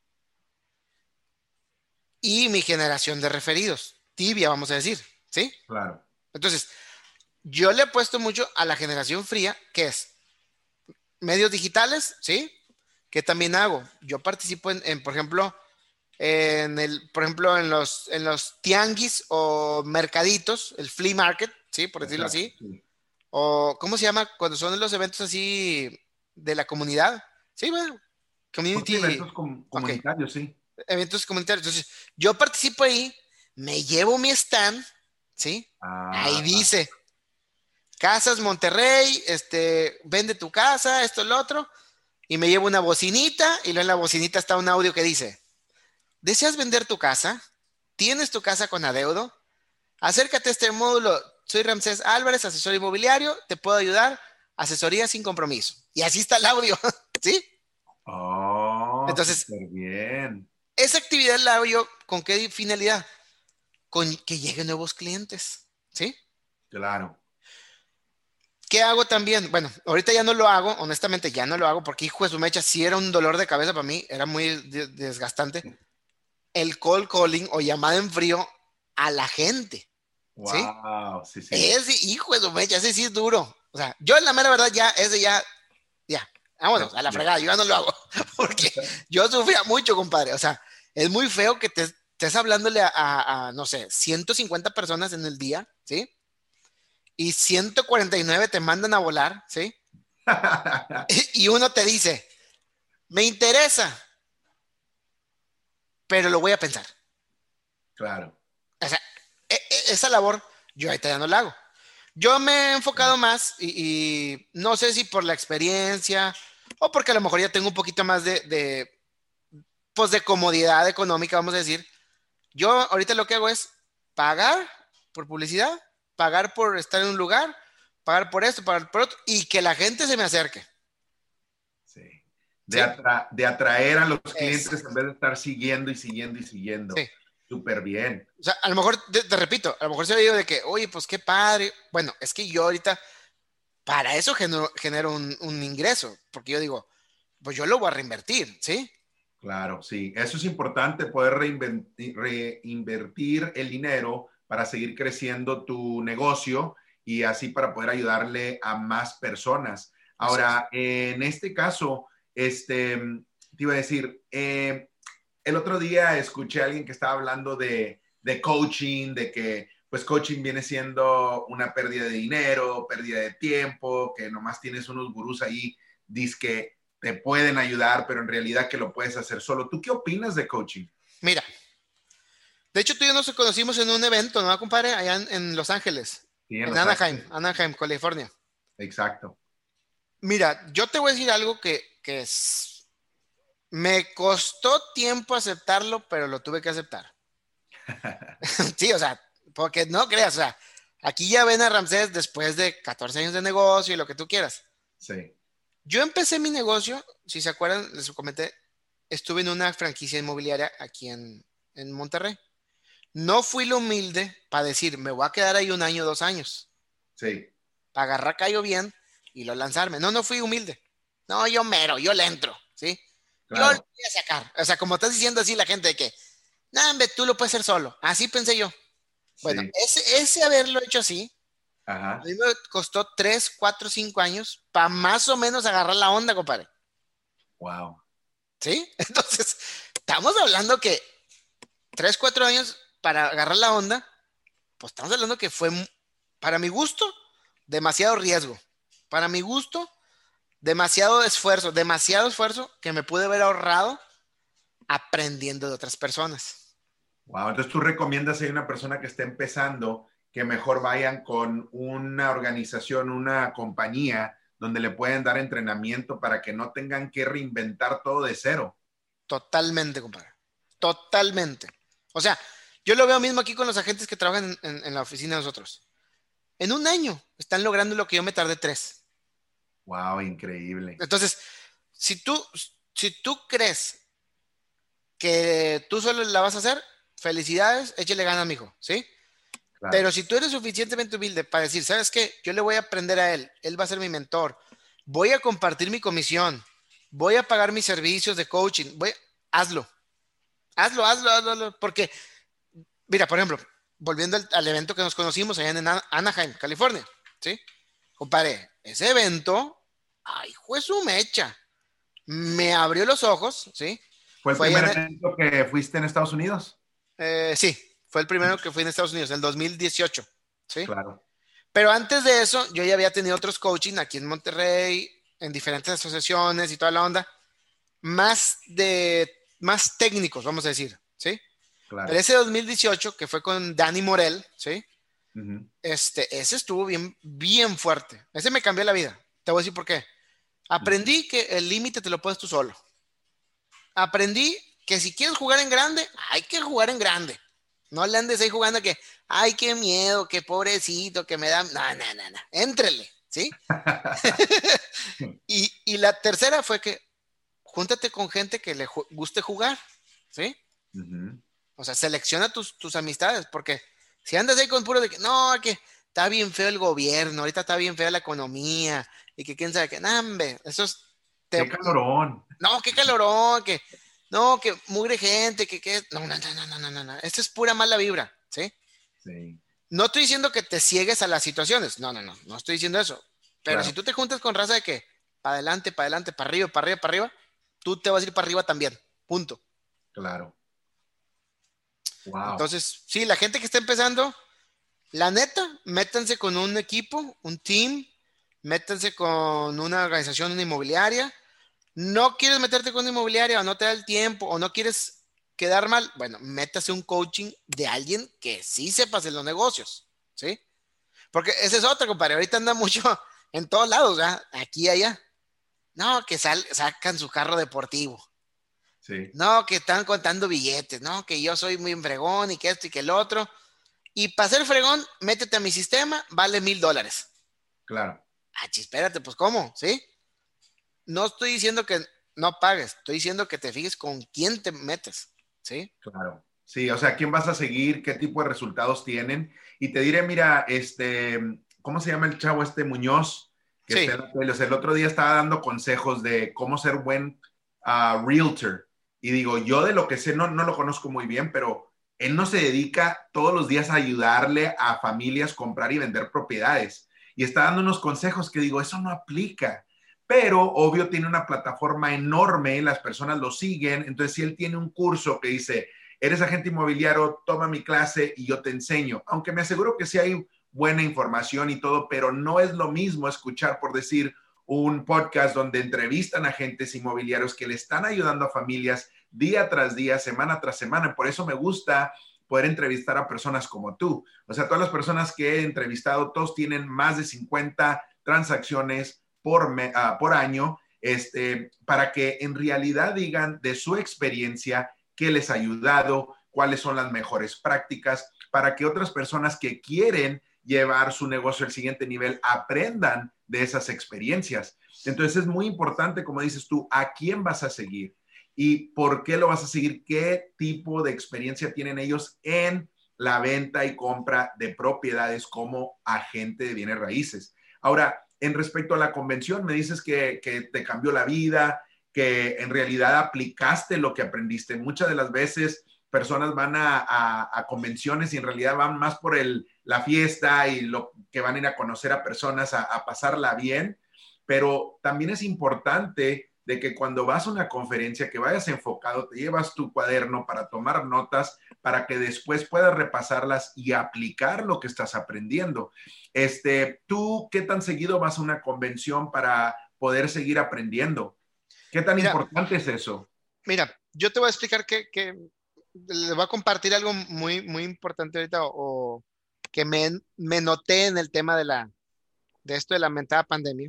B: Y mi generación de referidos, tibia, vamos a decir, ¿sí?
A: Claro.
B: Entonces, yo le he puesto mucho a la generación fría, que es medios digitales, ¿sí? ¿Qué también hago? Yo participo en, en, por ejemplo, en el, por ejemplo, en los, en los tianguis o mercaditos, el flea market, ¿sí? Por decirlo Exacto, así. Sí. O, ¿cómo se llama? Cuando son los eventos así de la comunidad. Sí, bueno, community.
A: Pues eventos com comunitarios, okay. Sí.
B: Eventos comunitarios. Entonces, yo participo ahí, me llevo mi stand, ¿sí? Ah. Ahí dice, Casas Monterrey, este, vende tu casa, esto, lo otro, y me llevo una bocinita, y luego en la bocinita está un audio que dice, ¿deseas vender tu casa? ¿Tienes tu casa con adeudo? Acércate a este módulo, soy Ramsés Álvarez, asesor inmobiliario, te puedo ayudar, asesoría sin compromiso. Y así está el audio, ¿sí?
A: Oh, entonces, súper bien.
B: Esa actividad la hago yo, ¿con qué finalidad? Con que lleguen nuevos clientes, ¿sí?
A: Claro.
B: ¿Qué hago también? Bueno, ahorita ya no lo hago, honestamente ya no lo hago porque hijo de su mecha, sí era un dolor de cabeza para mí, era muy desgastante. El cold calling o llamada en frío a la gente.
A: Wow,
B: ¿sí?
A: sí, sí.
B: Ese hijo de su mecha, ese sí es duro. O sea, yo en la mera verdad ya, ese ya, ya, vámonos, a la fregada, yo ya no lo hago. Porque yo sufría mucho, compadre. O sea, es muy feo que te estés hablándole a, a, a, no sé, ciento cincuenta personas en el día, ¿sí? Y ciento cuarenta y nueve te mandan a volar, ¿sí? Y uno te dice, me interesa, pero lo voy a pensar.
A: Claro.
B: O sea, e e esa labor yo ahorita ya no la hago. Yo me he enfocado más y, y no sé si por la experiencia o porque a lo mejor ya tengo un poquito más de, de, pues de comodidad económica, vamos a decir. Yo ahorita lo que hago es pagar por publicidad, pagar por estar en un lugar, pagar por esto, pagar por otro, y que la gente se me acerque.
A: Sí. De, ¿sí? atra de atraer a los clientes
B: Exacto.
A: En vez de estar siguiendo y siguiendo y siguiendo.
B: Sí.
A: Súper bien.
B: O sea, a lo mejor, te, te repito, a lo mejor se ve de que, oye, pues qué padre. Bueno, es que yo ahorita, para eso genero, genero un, un ingreso, porque yo digo, pues yo lo voy a reinvertir, ¿sí?
A: Claro, sí. Eso es importante, poder reinvertir el dinero para seguir creciendo tu negocio y así para poder ayudarle a más personas. Ahora, en este caso, este, te iba a decir, eh, el otro día escuché a alguien que estaba hablando de, de coaching, de que pues coaching viene siendo una pérdida de dinero, pérdida de tiempo, que nomás tienes unos gurús ahí, que te pueden ayudar, pero en realidad que lo puedes hacer solo. ¿Tú qué opinas de coaching?
B: Mira, de hecho tú y yo nos conocimos en un evento, ¿no, compadre? Allá en, en Los Ángeles,
A: Sí, en
B: en
A: Los
B: Anaheim,
A: Ángeles.
B: Anaheim, California.
A: Exacto.
B: Mira, yo te voy a decir algo que, que es, me costó tiempo aceptarlo, pero lo tuve que aceptar. Sí, o sea, porque no creas, o sea, aquí ya ven a Ramsés después de catorce años de negocio y lo que tú quieras.
A: Sí.
B: Yo empecé mi negocio, si se acuerdan, les comenté, estuve en una franquicia inmobiliaria aquí en, en Monterrey. No fui lo humilde para decir, me voy a quedar ahí un año, dos años,
A: Sí.
B: para agarrar callo bien y lo lanzarme. No, no fui humilde. No, yo mero, yo le entro, ¿sí? Yo lo
A: Claro.
B: voy a sacar. O sea, como estás diciendo así la gente de que, no, hombre, tú lo puedes hacer solo. Así pensé yo. Bueno,
A: Sí.
B: ese, ese haberlo hecho así, a
A: Ajá.
B: mí me costó tres, cuatro, cinco años para más o menos agarrar la onda, compadre.
A: Wow.
B: ¿Sí? Entonces, estamos hablando que tres, cuatro años para agarrar la onda, pues estamos hablando que fue, para mi gusto, demasiado riesgo. Para mi gusto, demasiado esfuerzo, demasiado esfuerzo que me pude haber ahorrado aprendiendo de otras personas.
A: Wow. Entonces tú recomiendas a una persona que esté empezando que mejor vayan con una organización, una compañía donde le pueden dar entrenamiento para que no tengan que reinventar todo de cero.
B: Totalmente, compadre. Totalmente. O sea, yo lo veo mismo aquí con los agentes que trabajan en, en, en la oficina de nosotros. En un año están logrando lo que yo me tardé tres.
A: Wow, increíble.
B: Entonces, si tú, si tú crees que tú solo la vas a hacer, felicidades, échale ganas, mijo, ¿sí?
A: Claro.
B: Pero si tú eres suficientemente humilde para decir, ¿sabes qué? Yo le voy a aprender a él, él va a ser mi mentor, voy a compartir mi comisión, voy a pagar mis servicios de coaching, voy, hazlo, hazlo, hazlo, hazlo, hazlo, porque, mira, por ejemplo, volviendo al, al evento que nos conocimos allá en Anaheim, California, ¿sí? Compadre, ese evento, ay, fue su mecha, me abrió los ojos, ¿sí?
A: ¿Fue el
B: Fue allá
A: primer
B: en,
A: evento que fuiste en Estados Unidos?
B: eh, sí, fue el primero que fui en Estados Unidos, en el dos mil dieciocho, ¿sí?
A: Claro.
B: Pero antes de eso, yo ya había tenido otros coaching aquí en Monterrey, en diferentes asociaciones y toda la onda, más de, más técnicos, vamos a decir, ¿sí? Pero
A: Claro.
B: ese dos mil dieciocho, que fue con Dani Morel, ¿sí?
A: Uh-huh.
B: Este, ese estuvo bien, bien fuerte. Ese me cambió la vida. Te voy a decir por qué. Aprendí que el límite te lo pones tú solo. Aprendí que si quieres jugar en grande, hay que jugar en grande. No le andes ahí jugando que, ay, qué miedo, qué pobrecito, que me da. No, no, no, no. Éntrele, ¿sí? y, y la tercera fue que júntate con gente que le ju guste jugar, ¿sí?
A: Uh-huh.
B: O sea, selecciona tus, tus amistades, porque si andas ahí con puro de que, no, que está bien feo el gobierno, ahorita está bien fea la economía, y que quién sabe qué, no, hombre, eso es,
A: ¡Qué
B: te,
A: calorón!
B: no, qué calorón, que, no, que mugre gente, que, que, no, no, no, no, no, no, no, no, esto es pura mala vibra, ¿sí?
A: Sí,
B: No estoy diciendo que te ciegues a las situaciones, no, no, no, no estoy diciendo eso, pero si
A: claro,
B: tú te juntas con raza de que, para adelante, para adelante, para arriba, para arriba, para arriba, tú te vas a ir para arriba también, punto.
A: claro. Wow.
B: Entonces, sí, la gente que está empezando, la neta, métanse con un equipo, un team, métanse con una organización, una inmobiliaria. No quieres meterte con una inmobiliaria o no te da el tiempo o no quieres quedar mal, bueno, métase un coaching de alguien que sí sepa hacer los negocios, ¿sí? Porque ese es otro, compadre. Ahorita anda mucho en todos lados, ¿verdad? Aquí y allá. No, que sal, sacan su carro deportivo.
A: Sí,
B: No, que están contando billetes. No, que yo soy muy fregón y que esto y que el otro. Y para ser fregón, métete a mi sistema, vale mil dólares.
A: claro,
B: Ah, espérate, pues ¿cómo? ¿Sí? No estoy diciendo que no pagues, estoy diciendo que te fijes con quién te metes, ¿sí?
A: claro. Sí, o sea, ¿quién vas a seguir? ¿Qué tipo de resultados tienen? Y te diré, mira, este, ¿cómo se llama el chavo este Muñoz? Que
B: Sí,
A: está en la tele. O sea, el otro día estaba dando consejos de cómo ser buen uh, realtor. Y digo, yo de lo que sé, no, no lo conozco muy bien, pero él no se dedica todos los días a ayudarle a familias a comprar y vender propiedades. Y está dando unos consejos que digo, eso no aplica. pero obvio tiene una plataforma enorme, las personas lo siguen, entonces si él tiene un curso que dice, eres agente inmobiliario, toma mi clase y yo te enseño, aunque me aseguro que sí hay buena información y todo, pero no es lo mismo escuchar, por decir, un podcast donde entrevistan a agentes inmobiliarios que le están ayudando a familias día tras día, semana tras semana. Por eso me gusta poder entrevistar a personas como tú. O sea, todas las personas que he entrevistado, todos tienen más de cincuenta transacciones por, me, uh, por año, este, para que en realidad digan de su experiencia qué les ha ayudado, cuáles son las mejores prácticas, para que otras personas que quieren llevar su negocio al siguiente nivel aprendan de esas experiencias. Entonces es muy importante, como dices tú, a quién vas a seguir y por qué lo vas a seguir, qué tipo de experiencia tienen ellos en la venta y compra de propiedades como agente de bienes raíces. Ahora, en respecto a la convención, me dices que, que te cambió la vida, que en realidad aplicaste lo que aprendiste. Muchas de las veces personas van a, a, a convenciones y en realidad van más por el, la fiesta y lo que van a ir a conocer a personas, a, a pasarla bien, pero también es importante de que cuando vas a una conferencia que vayas enfocado, te llevas tu cuaderno para tomar notas, para que después puedas repasarlas y aplicar lo que estás aprendiendo. Este, ¿tú qué tan seguido vas a una convención para poder seguir aprendiendo? ¿Qué tan mira, importante es eso?
B: Mira, yo te voy a explicar que, que les voy a compartir algo muy, muy importante ahorita o, o que me, me noté en el tema de, la, de esto de la mentada pandemia.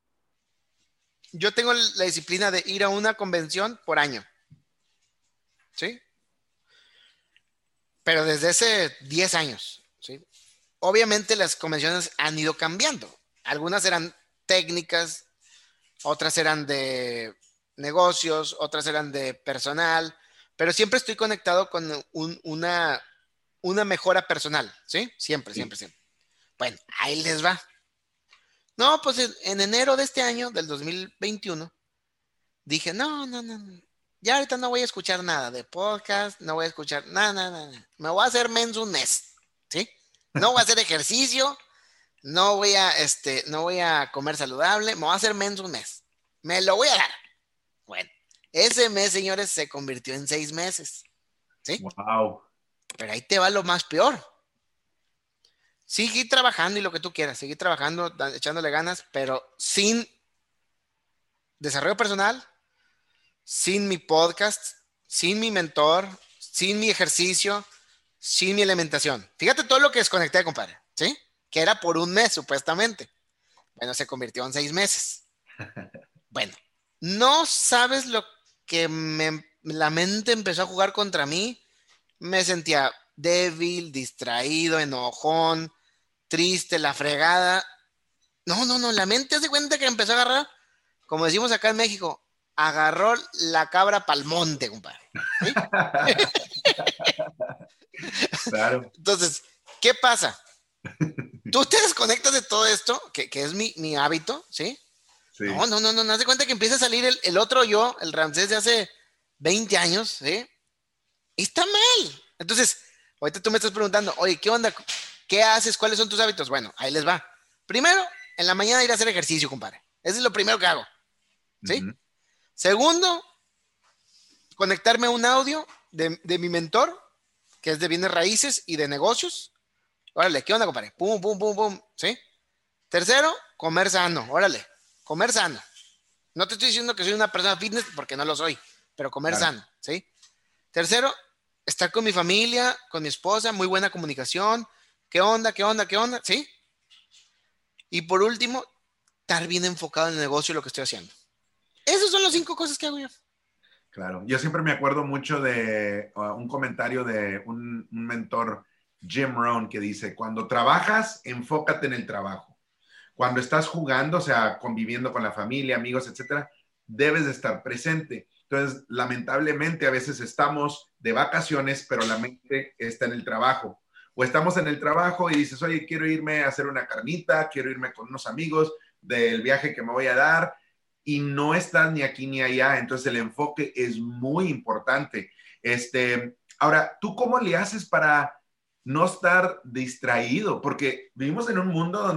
B: Yo tengo la disciplina de ir a una convención por año, ¿sí? Pero desde hace diez años, ¿sí? Obviamente las convenciones han ido cambiando. Algunas eran técnicas, otras eran de negocios, otras eran de personal, pero siempre estoy conectado con un, una, una mejora personal, ¿sí? Siempre, sí. siempre, siempre. Bueno, ahí les va. No, pues en, en enero de este año, del dos mil veintiuno, dije, no, no, no, no, ya ahorita no voy a escuchar nada de podcast, no voy a escuchar nada, nada, nada. Me voy a hacer menso un mes, ¿sí? No voy a hacer ejercicio, no voy a, este, no voy a comer saludable, me voy a hacer menso un mes. Me lo voy a dar. Bueno, ese mes, señores, se convirtió en seis meses, ¿sí?
A: Wow.
B: Pero ahí te va lo más peor. Sigue trabajando y lo que tú quieras, seguir trabajando, echándole ganas, pero sin desarrollo personal, sin mi podcast, sin mi mentor, sin mi ejercicio, sin mi alimentación. Fíjate todo lo que desconecté, compadre, ¿sí? Que era por un mes, supuestamente. Bueno, se convirtió en seis meses. Bueno, no sabes lo que me, la mente empezó a jugar contra mí. Me sentía débil, distraído, enojón, triste, la fregada. No, no, no, la mente hace cuenta que empezó a agarrar, como decimos acá en México, agarró la cabra pa'l monte, compadre. ¿Sí?
A: Claro.
B: Entonces, ¿qué pasa? Tú te desconectas de todo esto, que, que es mi, mi hábito, ¿sí? Sí. No, no, no, no, no, haz de cuenta que empieza a salir el, el otro yo, el Ramsés de hace veinte años, ¿sí? Y está mal. Entonces, ahorita tú me estás preguntando, oye, ¿qué onda? ¿Qué haces? ¿Cuáles son tus hábitos? Bueno, ahí les va. Primero, en la mañana ir a hacer ejercicio, compadre. Eso es lo primero que hago, ¿sí? Uh-huh. Segundo, conectarme a un audio de, de mi mentor, que es de bienes raíces y de negocios. Órale, ¿qué onda, compadre? Pum, pum, pum, pum, ¿sí? Tercero, comer sano. Órale, comer sano. No te estoy diciendo que soy una persona fitness porque no lo soy, pero comer claro. sano, ¿sí? Tercero, estar con mi familia, con mi esposa, muy buena comunicación. ¿Qué onda, qué onda, qué onda? ¿Sí? Y por último, estar bien enfocado en el negocio y lo que estoy haciendo. Esas son las cinco cosas que hago yo.
A: Claro. Yo siempre me acuerdo mucho de uh, un comentario de un, un mentor, Jim Rohn, que dice, cuando trabajas, enfócate en el trabajo. Cuando estás jugando, o sea, conviviendo con la familia, amigos, etcétera, debes de estar presente. Entonces, lamentablemente, a veces estamos de vacaciones, pero la mente está en el trabajo. O estamos en el trabajo y dices, oye, quiero irme a hacer una carnita, quiero irme con unos amigos del viaje que me voy a dar, y no estás ni aquí ni allá. Entonces, el enfoque es muy importante. Este, ahora, ¿tú cómo le haces para no estar distraído? Porque vivimos en un mundo donde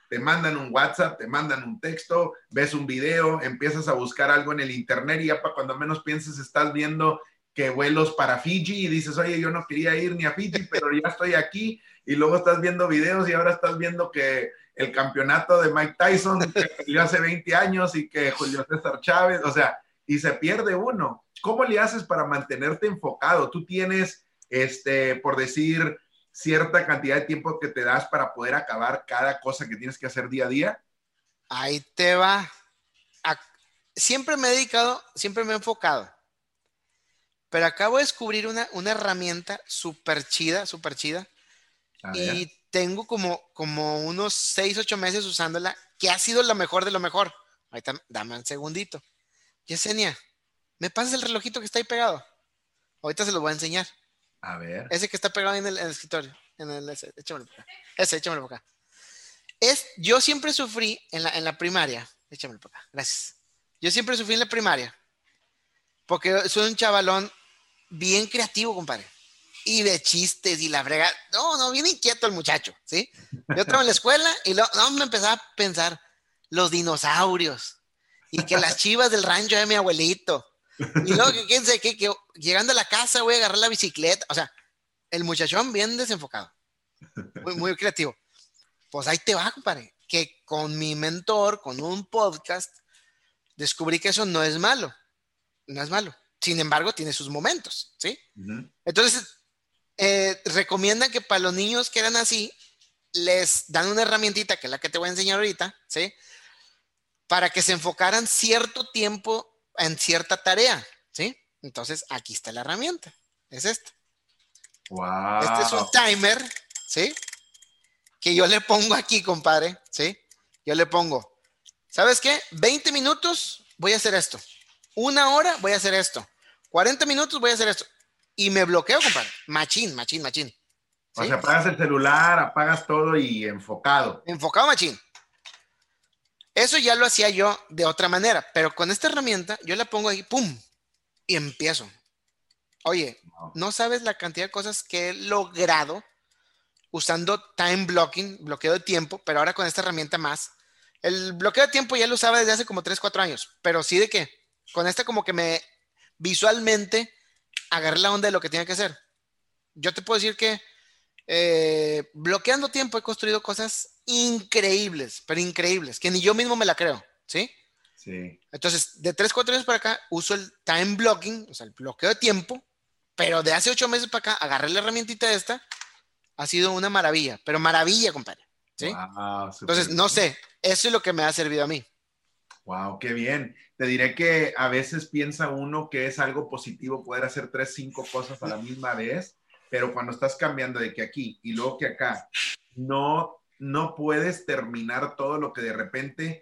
A: te mandan un WhatsApp, te mandan un texto, ves un video, empiezas a buscar algo en el internet y ya para cuando menos pienses estás viendo que vuelos para Fiji y dices, oye, yo no quería ir ni a Fiji, pero ya estoy aquí. Y luego estás viendo videos y ahora estás viendo que el campeonato de Mike Tyson que peleó hace veinte años y que Julio César Chávez, o sea, y se pierde uno. ¿Cómo le haces para mantenerte enfocado? Tú tienes, este, por decir, cierta cantidad de tiempo que te das para poder acabar cada cosa que tienes que hacer día a día.
B: Ahí te va. A... Siempre me he dedicado, siempre me he enfocado. Pero acabo de descubrir una, una herramienta súper chida, súper chida. Y tengo como, como unos seis, ocho meses usándola, que ha sido lo mejor de lo mejor. Ahorita dame un segundito. Yesenia, ¿me pasas el relojito que está ahí pegado? Ahorita se lo voy a enseñar.
A: A ver.
B: Ese que está pegado en el, en el escritorio. En el, ese, échamelo por acá. Ese, échamelo por acá. Es, yo siempre sufrí en la, en la primaria. Échamelo por acá. Gracias. Yo siempre sufrí en la primaria. Porque soy un chavalón bien creativo, compadre. Y de chistes y la brega. No, no, bien inquieto el muchacho, ¿sí? Yo estaba en la escuela y luego, no, me empezaba a pensar los dinosaurios y que las chivas del rancho de mi abuelito. Y luego que quién sabe qué, que llegando a la casa voy a agarrar la bicicleta. O sea, el muchachón bien desenfocado. Muy, muy creativo. Pues ahí te va, compadre. Que con mi mentor, con un podcast, descubrí que eso no es malo. No es malo. Sin embargo, tiene sus momentos, ¿sí? Uh-huh. Entonces, eh, recomiendan que para los niños que eran así, les dan una herramientita, que es la que te voy a enseñar ahorita, ¿sí? Para que se enfocaran cierto tiempo en cierta tarea, ¿sí? Entonces, aquí está la herramienta. Es esta.
A: Wow.
B: Este es un timer, ¿sí? Que yo le pongo aquí, compadre, ¿sí? Yo le pongo, ¿sabes qué? veinte minutos voy a hacer esto. Una hora voy a hacer esto. cuarenta minutos voy a hacer esto. Y me bloqueo, compadre. Machín, machín, machín. ¿Sí?
A: O sea, apagas el celular, apagas todo y enfocado.
B: Enfocado, machín. Eso ya lo hacía yo de otra manera, pero con esta herramienta yo la pongo ahí, pum, y empiezo. Oye, no, no sabes la cantidad de cosas que he logrado usando time blocking, bloqueo de tiempo, pero ahora con esta herramienta más. El bloqueo de tiempo ya lo usaba desde hace como tres, cuatro años, pero sí de que con esta como que me visualmente agarré la onda de lo que tenía que hacer. Yo te puedo decir que eh, bloqueando tiempo he construido cosas increíbles, pero increíbles, que ni yo mismo me la creo, ¿sí?
A: Sí.
B: Entonces, de tres, cuatro años para acá, uso el time blocking, o sea, el bloqueo de tiempo, pero de hace ocho meses para acá, agarré la herramientita esta, ha sido una maravilla, pero maravilla, compadre, ¿sí?
A: Wow,
B: entonces, no sé, eso es lo que me ha servido a mí.
A: Wow, qué bien. Te diré que a veces piensa uno que es algo positivo poder hacer tres, cinco cosas a la misma vez, pero cuando estás cambiando de que aquí y luego que acá, no, no puedes terminar todo lo que de repente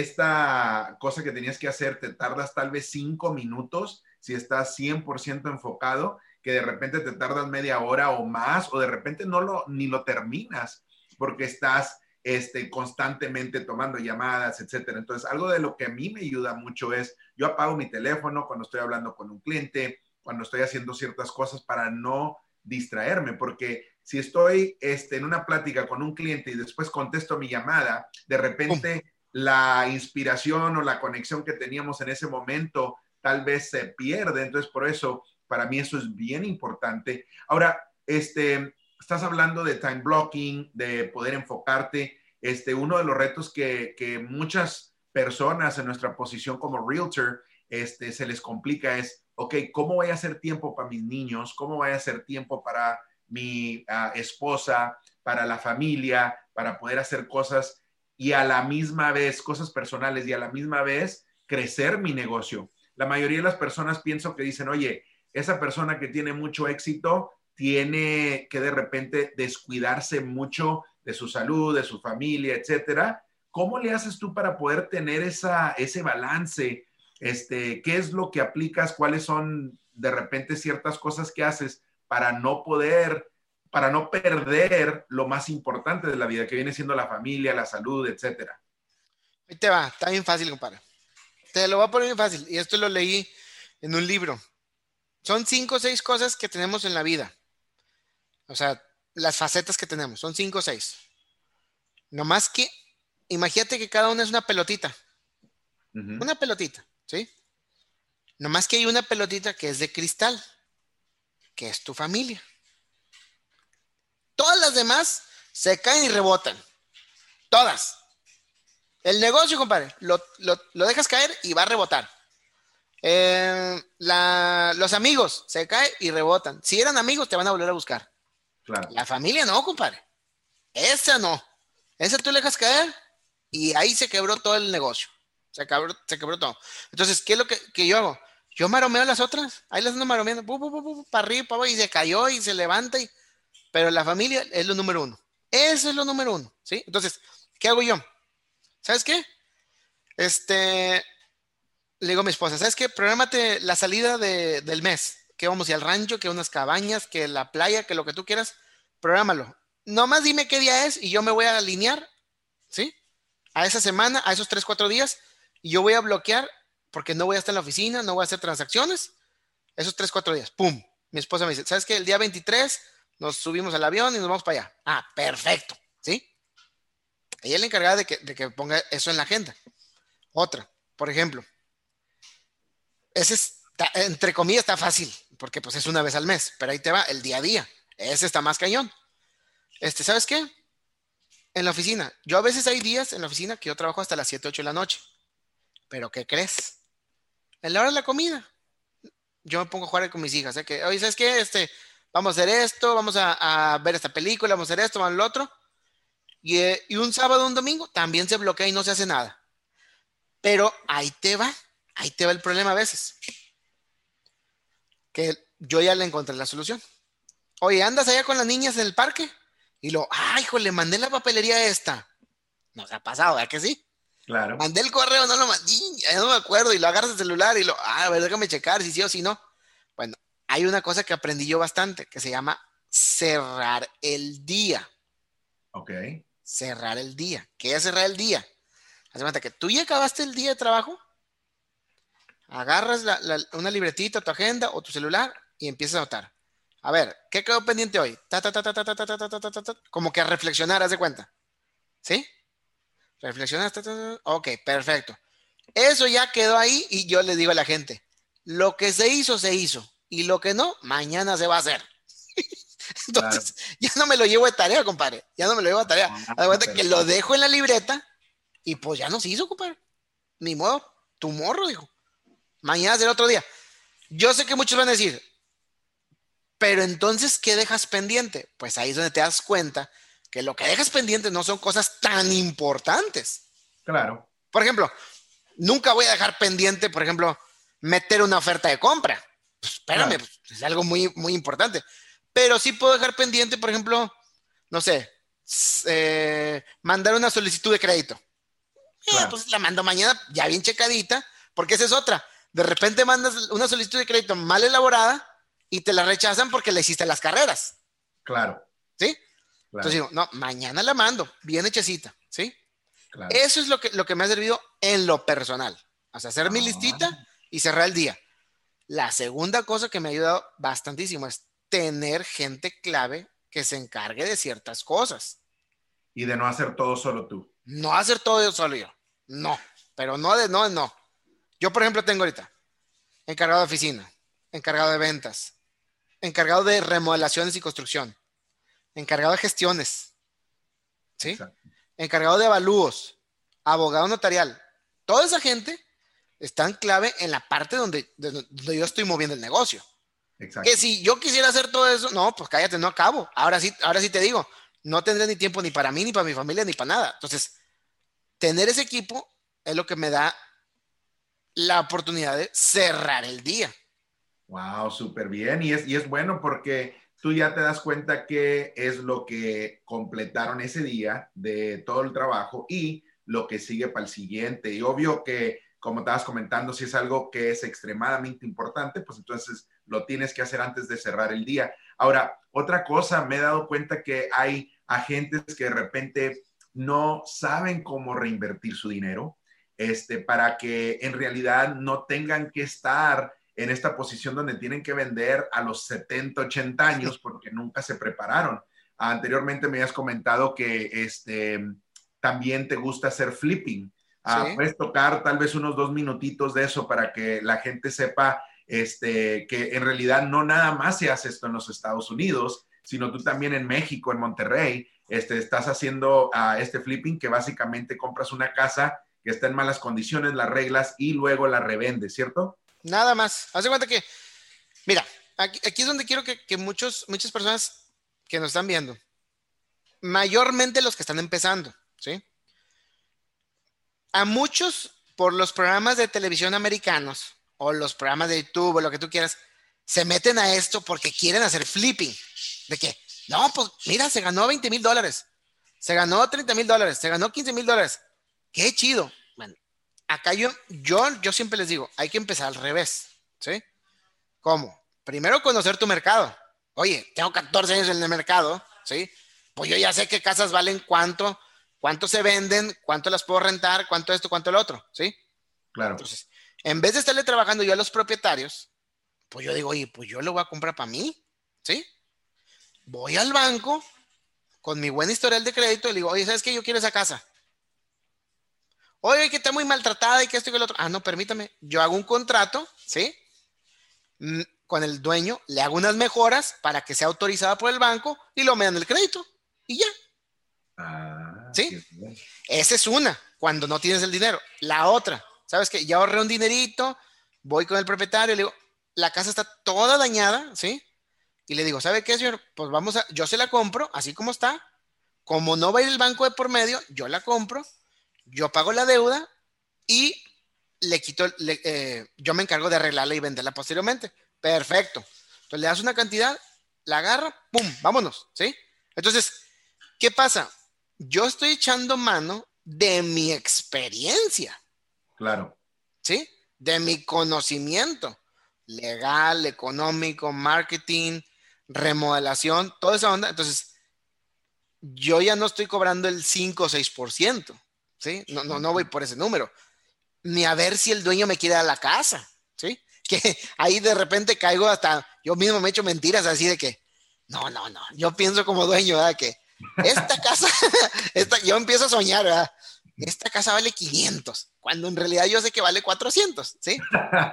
A: esta cosa que tenías que hacer te tardas tal vez cinco minutos si estás cien por ciento enfocado, que de repente te tardas media hora o más, o de repente no lo, ni lo terminas porque estás Este, constantemente tomando llamadas, etcétera. Entonces, algo de lo que a mí me ayuda mucho es, yo apago mi teléfono cuando estoy hablando con un cliente, cuando estoy haciendo ciertas cosas para no distraerme, porque si estoy este, en una plática con un cliente y después contesto mi llamada, de repente ¡pum! La inspiración o la conexión que teníamos en ese momento tal vez se pierde. Entonces, por eso, para mí eso es bien importante. Ahora, este... estás hablando de time blocking, de poder enfocarte. Este, uno de los retos que, que muchas personas en nuestra posición como realtor este, se les complica es, ok, ¿cómo voy a hacer tiempo para mis niños? ¿Cómo voy a hacer tiempo para mi uh, esposa, para la familia, para poder hacer cosas y a la misma vez, cosas personales y a la misma vez crecer mi negocio? La mayoría de las personas pienso que dicen, oye, esa persona que tiene mucho éxito tiene que de repente descuidarse mucho de su salud, de su familia, etcétera. ¿Cómo le haces tú para poder tener esa, ese balance? Este, ¿qué es lo que aplicas? ¿Cuáles son de repente ciertas cosas que haces para no poder, para no perder lo más importante de la vida, que viene siendo la familia, la salud, etcétera?
B: Ahí te va, está bien fácil, compadre. Te lo voy a poner bien fácil, y esto lo leí en un libro. Son cinco o seis cosas que tenemos en la vida. O sea, las facetas que tenemos, son cinco o seis. No más que imagínate que cada una es una pelotita.
A: Ujú.
B: Una pelotita, ¿sí? Nomás que hay una pelotita que es de cristal, que es tu familia. Todas las demás se caen y rebotan. Todas. El negocio, compadre, lo, lo, lo dejas caer y va a rebotar. Eh, la, los amigos se caen y rebotan. Si eran amigos, te van a volver a buscar.
A: Claro.
B: La familia no, compadre. Esa no. Esa tú le dejas caer y ahí se quebró todo el negocio. Se quebró, se quebró todo. Entonces, ¿qué es lo que, que yo hago? Yo maromeo las otras. Ahí las ando maromeando. Bu, bu, bu, bu, para arriba, para abajo, y se cayó y se levanta. Y... Pero la familia es lo número uno. Eso es lo número uno. ¿Sí? Entonces, ¿qué hago yo? ¿Sabes qué? Este, le digo a mi esposa, ¿sabes qué? Prográmate la salida de, del mes. Que vamos a ir al rancho, que unas cabañas, que la playa, que lo que tú quieras. Prográmalo. Nomás dime qué día es y yo me voy a alinear, ¿sí? A esa semana, a esos tres, cuatro días, y yo voy a bloquear porque no voy a estar en la oficina, no voy a hacer transacciones, esos tres, cuatro días, ¡pum! Mi esposa me dice, ¿sabes qué? El día veintitrés nos subimos al avión y nos vamos para allá. Ah, perfecto, ¿sí? Ella es la encargada de que, de que ponga eso en la agenda. Otra, por ejemplo, ese es, entre comillas, está fácil, porque pues es una vez al mes, pero ahí te va, el día a día. Ese está más cañón. Este, ¿sabes qué? En la oficina. Yo a veces hay días en la oficina que yo trabajo hasta las siete, ocho de la noche. Pero ¿qué crees? En la hora de la comida, yo me pongo a jugar con mis hijas. ¿Eh? Que, oye, ¿sabes qué? Este, vamos a hacer esto, vamos a, a ver esta película, vamos a hacer esto, vamos a lo otro. Y, eh, y un sábado, un domingo, también se bloquea y no se hace nada. Pero ahí te va, ahí te va el problema a veces. Que yo ya le encontré la solución. Oye, ¿andas allá con las niñas en el parque? Y lo, ay, hijo, le mandé la papelería esta. Nos ha pasado, ¿verdad que sí?
A: Claro.
B: Mandé el correo, no lo mandé, ya no me acuerdo, y lo agarras el celular y lo, ah, a ver, déjame checar si sí o si no. Bueno, hay una cosa que aprendí yo bastante, que se llama cerrar el día.
A: Ok.
B: Cerrar el día. ¿Qué es cerrar el día? Haz de cuenta que tú ya acabaste el día de trabajo, agarras la, la, una libretita, tu agenda o tu celular y empiezas a anotar. A ver, ¿qué quedó pendiente hoy? Ta, ta, ta, ta, ta, ta, ta, ta, ta, ta, ta, ta. Como que a reflexionar, haz de cuenta. ¿Sí? Reflexionas. Ta, ta, ta. Ok, perfecto. Eso ya quedó ahí y yo le digo a la gente, lo que se hizo, se hizo. Y lo que no, mañana se va a hacer.
A: Claro.
B: Entonces, ya no me lo llevo de tarea, compadre. Ya no me lo llevo de tarea. Haz de
A: Ah,
B: cuenta que lo
A: perfecto.
B: dejo en la libreta y pues ya no se hizo, compadre. Ni modo, tu morro, dijo. Mañana será otro día. Yo sé que muchos van a decir, pero entonces, ¿qué dejas pendiente? Pues ahí es donde te das cuenta que lo que dejas pendiente no son cosas tan importantes.
A: Claro.
B: Por ejemplo, nunca voy a dejar pendiente, por ejemplo, meter una oferta de compra. Pues, espérame,
A: Claro.
B: pues, es algo muy, muy importante. Pero sí puedo dejar pendiente, por ejemplo, no sé, eh, mandar una solicitud de crédito. Eh,
A: Claro.
B: pues la mando mañana ya bien checadita, porque esa es otra. De repente mandas una solicitud de crédito mal elaborada y te la rechazan porque le hiciste las carreras.
A: Claro.
B: ¿Sí? Entonces
A: Claro.
B: digo, no, mañana la mando, bien hechecita. ¿Sí?
A: Claro.
B: Eso es lo que, lo que me ha servido en lo personal. O sea, hacer mi
A: Ah,
B: listita y cerrar el día. La segunda cosa que me ha ayudado bastantísimo es tener gente clave que se encargue de ciertas cosas.
A: y de no hacer todo solo tú.
B: No hacer todo yo solo yo. No. Pero no de no, no. Yo, por ejemplo, tengo ahorita encargado de oficina, encargado de ventas, encargado de remodelaciones y construcción, encargado de gestiones, ¿sí?
A: Exacto.
B: Encargado de avalúos, abogado notarial. Toda esa gente está en clave en la parte donde, donde yo estoy moviendo el negocio. Que
A: Exacto.
B: si yo quisiera hacer todo eso, no, pues cállate, no acabo. Ahora sí, ahora sí te digo, no tendré ni tiempo ni para mí, ni para mi familia, ni para nada. Entonces, tener ese equipo es lo que me da la oportunidad de cerrar el día.
A: Wow, súper bien. Y es, y es bueno porque tú ya te das cuenta qué es lo que completaron ese día de todo el trabajo y lo que sigue para el siguiente. Y obvio que, como estabas comentando, si es algo que es extremadamente importante, pues entonces lo tienes que hacer antes de cerrar el día. Ahora, otra cosa, me he dado cuenta que hay agentes que de repente no saben cómo reinvertir su dinero, este, para que en realidad no tengan que estar en esta posición donde tienen que vender a los setenta, ochenta años porque nunca se prepararon. Anteriormente me habías comentado que este, también te gusta hacer flipping. Uh,
B: Sí.
A: puedes tocar tal vez unos dos minutitos de eso para que la gente sepa este, que en realidad no nada más se hace esto en los Estados Unidos, sino tú también en México, en Monterrey, este, estás haciendo uh, este flipping que básicamente compras una casa que está en malas condiciones, las reglas y luego la revendes, ¿cierto?
B: Nada más. Haz de cuenta que, mira, aquí, aquí es donde quiero que, que muchos, muchas personas que nos están viendo, mayormente los que están empezando, ¿sí? A muchos, por los programas de televisión americanos o los programas de YouTube o lo que tú quieras, se meten a esto porque quieren hacer flipping. ¿De qué? No, pues mira, se ganó veinte mil dólares, se ganó treinta mil dólares, se ganó quince mil dólares. Qué chido. Bueno, acá yo, yo, yo siempre les digo, hay que empezar al revés, ¿sí? ¿Cómo? Primero conocer tu mercado. Oye, tengo catorce años en el mercado, ¿sí? Pues yo ya sé qué casas valen cuánto, cuánto se venden, cuánto las puedo rentar, cuánto esto, cuánto lo otro, ¿sí?
A: Claro.
B: Entonces, en vez de estarle trabajando yo a los propietarios, pues yo digo, oye, pues yo lo voy a comprar para mí, ¿sí? Voy al banco con mi buen historial de crédito y le digo, oye, ¿sabes qué? Yo quiero esa casa. Oye, que está muy maltratada y que esto y que lo otro. Ah, no, permítame. Yo hago un contrato, ¿sí? Mm, con el dueño, le hago unas mejoras para que sea autorizada por el banco y lo me dan el crédito. Y ya.
A: Ah,
B: ¿Sí?
A: qué bien.
B: Esa es una, cuando no tienes el dinero. La otra, ¿sabes qué? Ya ahorré un dinerito, voy con el propietario y le digo, la casa está toda dañada, ¿sí? Y le digo, ¿sabe qué, señor? Pues vamos a, yo se la compro, así como está. Como no va a ir el banco de por medio, yo la compro, yo pago la deuda y le quito, le, eh, yo me encargo de arreglarla y venderla posteriormente. Perfecto. Entonces le das una cantidad, la agarra, ¡pum! Vámonos, ¿sí? Entonces, ¿qué pasa? Yo estoy echando mano de mi experiencia,
A: Claro.
B: ¿sí? De mi conocimiento legal, económico, marketing, remodelación, toda esa onda. Entonces, yo ya no estoy cobrando el cinco o seis por ciento, ¿sí? No, no, no voy por ese número. Ni a ver si el dueño me quiere dar la casa, ¿sí? Que ahí de repente caigo hasta, yo mismo me echo mentiras así de que, no, no, no, yo pienso como dueño, ¿verdad? Que esta casa, esta, yo empiezo a soñar, ¿verdad? Esta casa vale quinientos, cuando en realidad yo sé que vale cuatrocientos, ¿sí?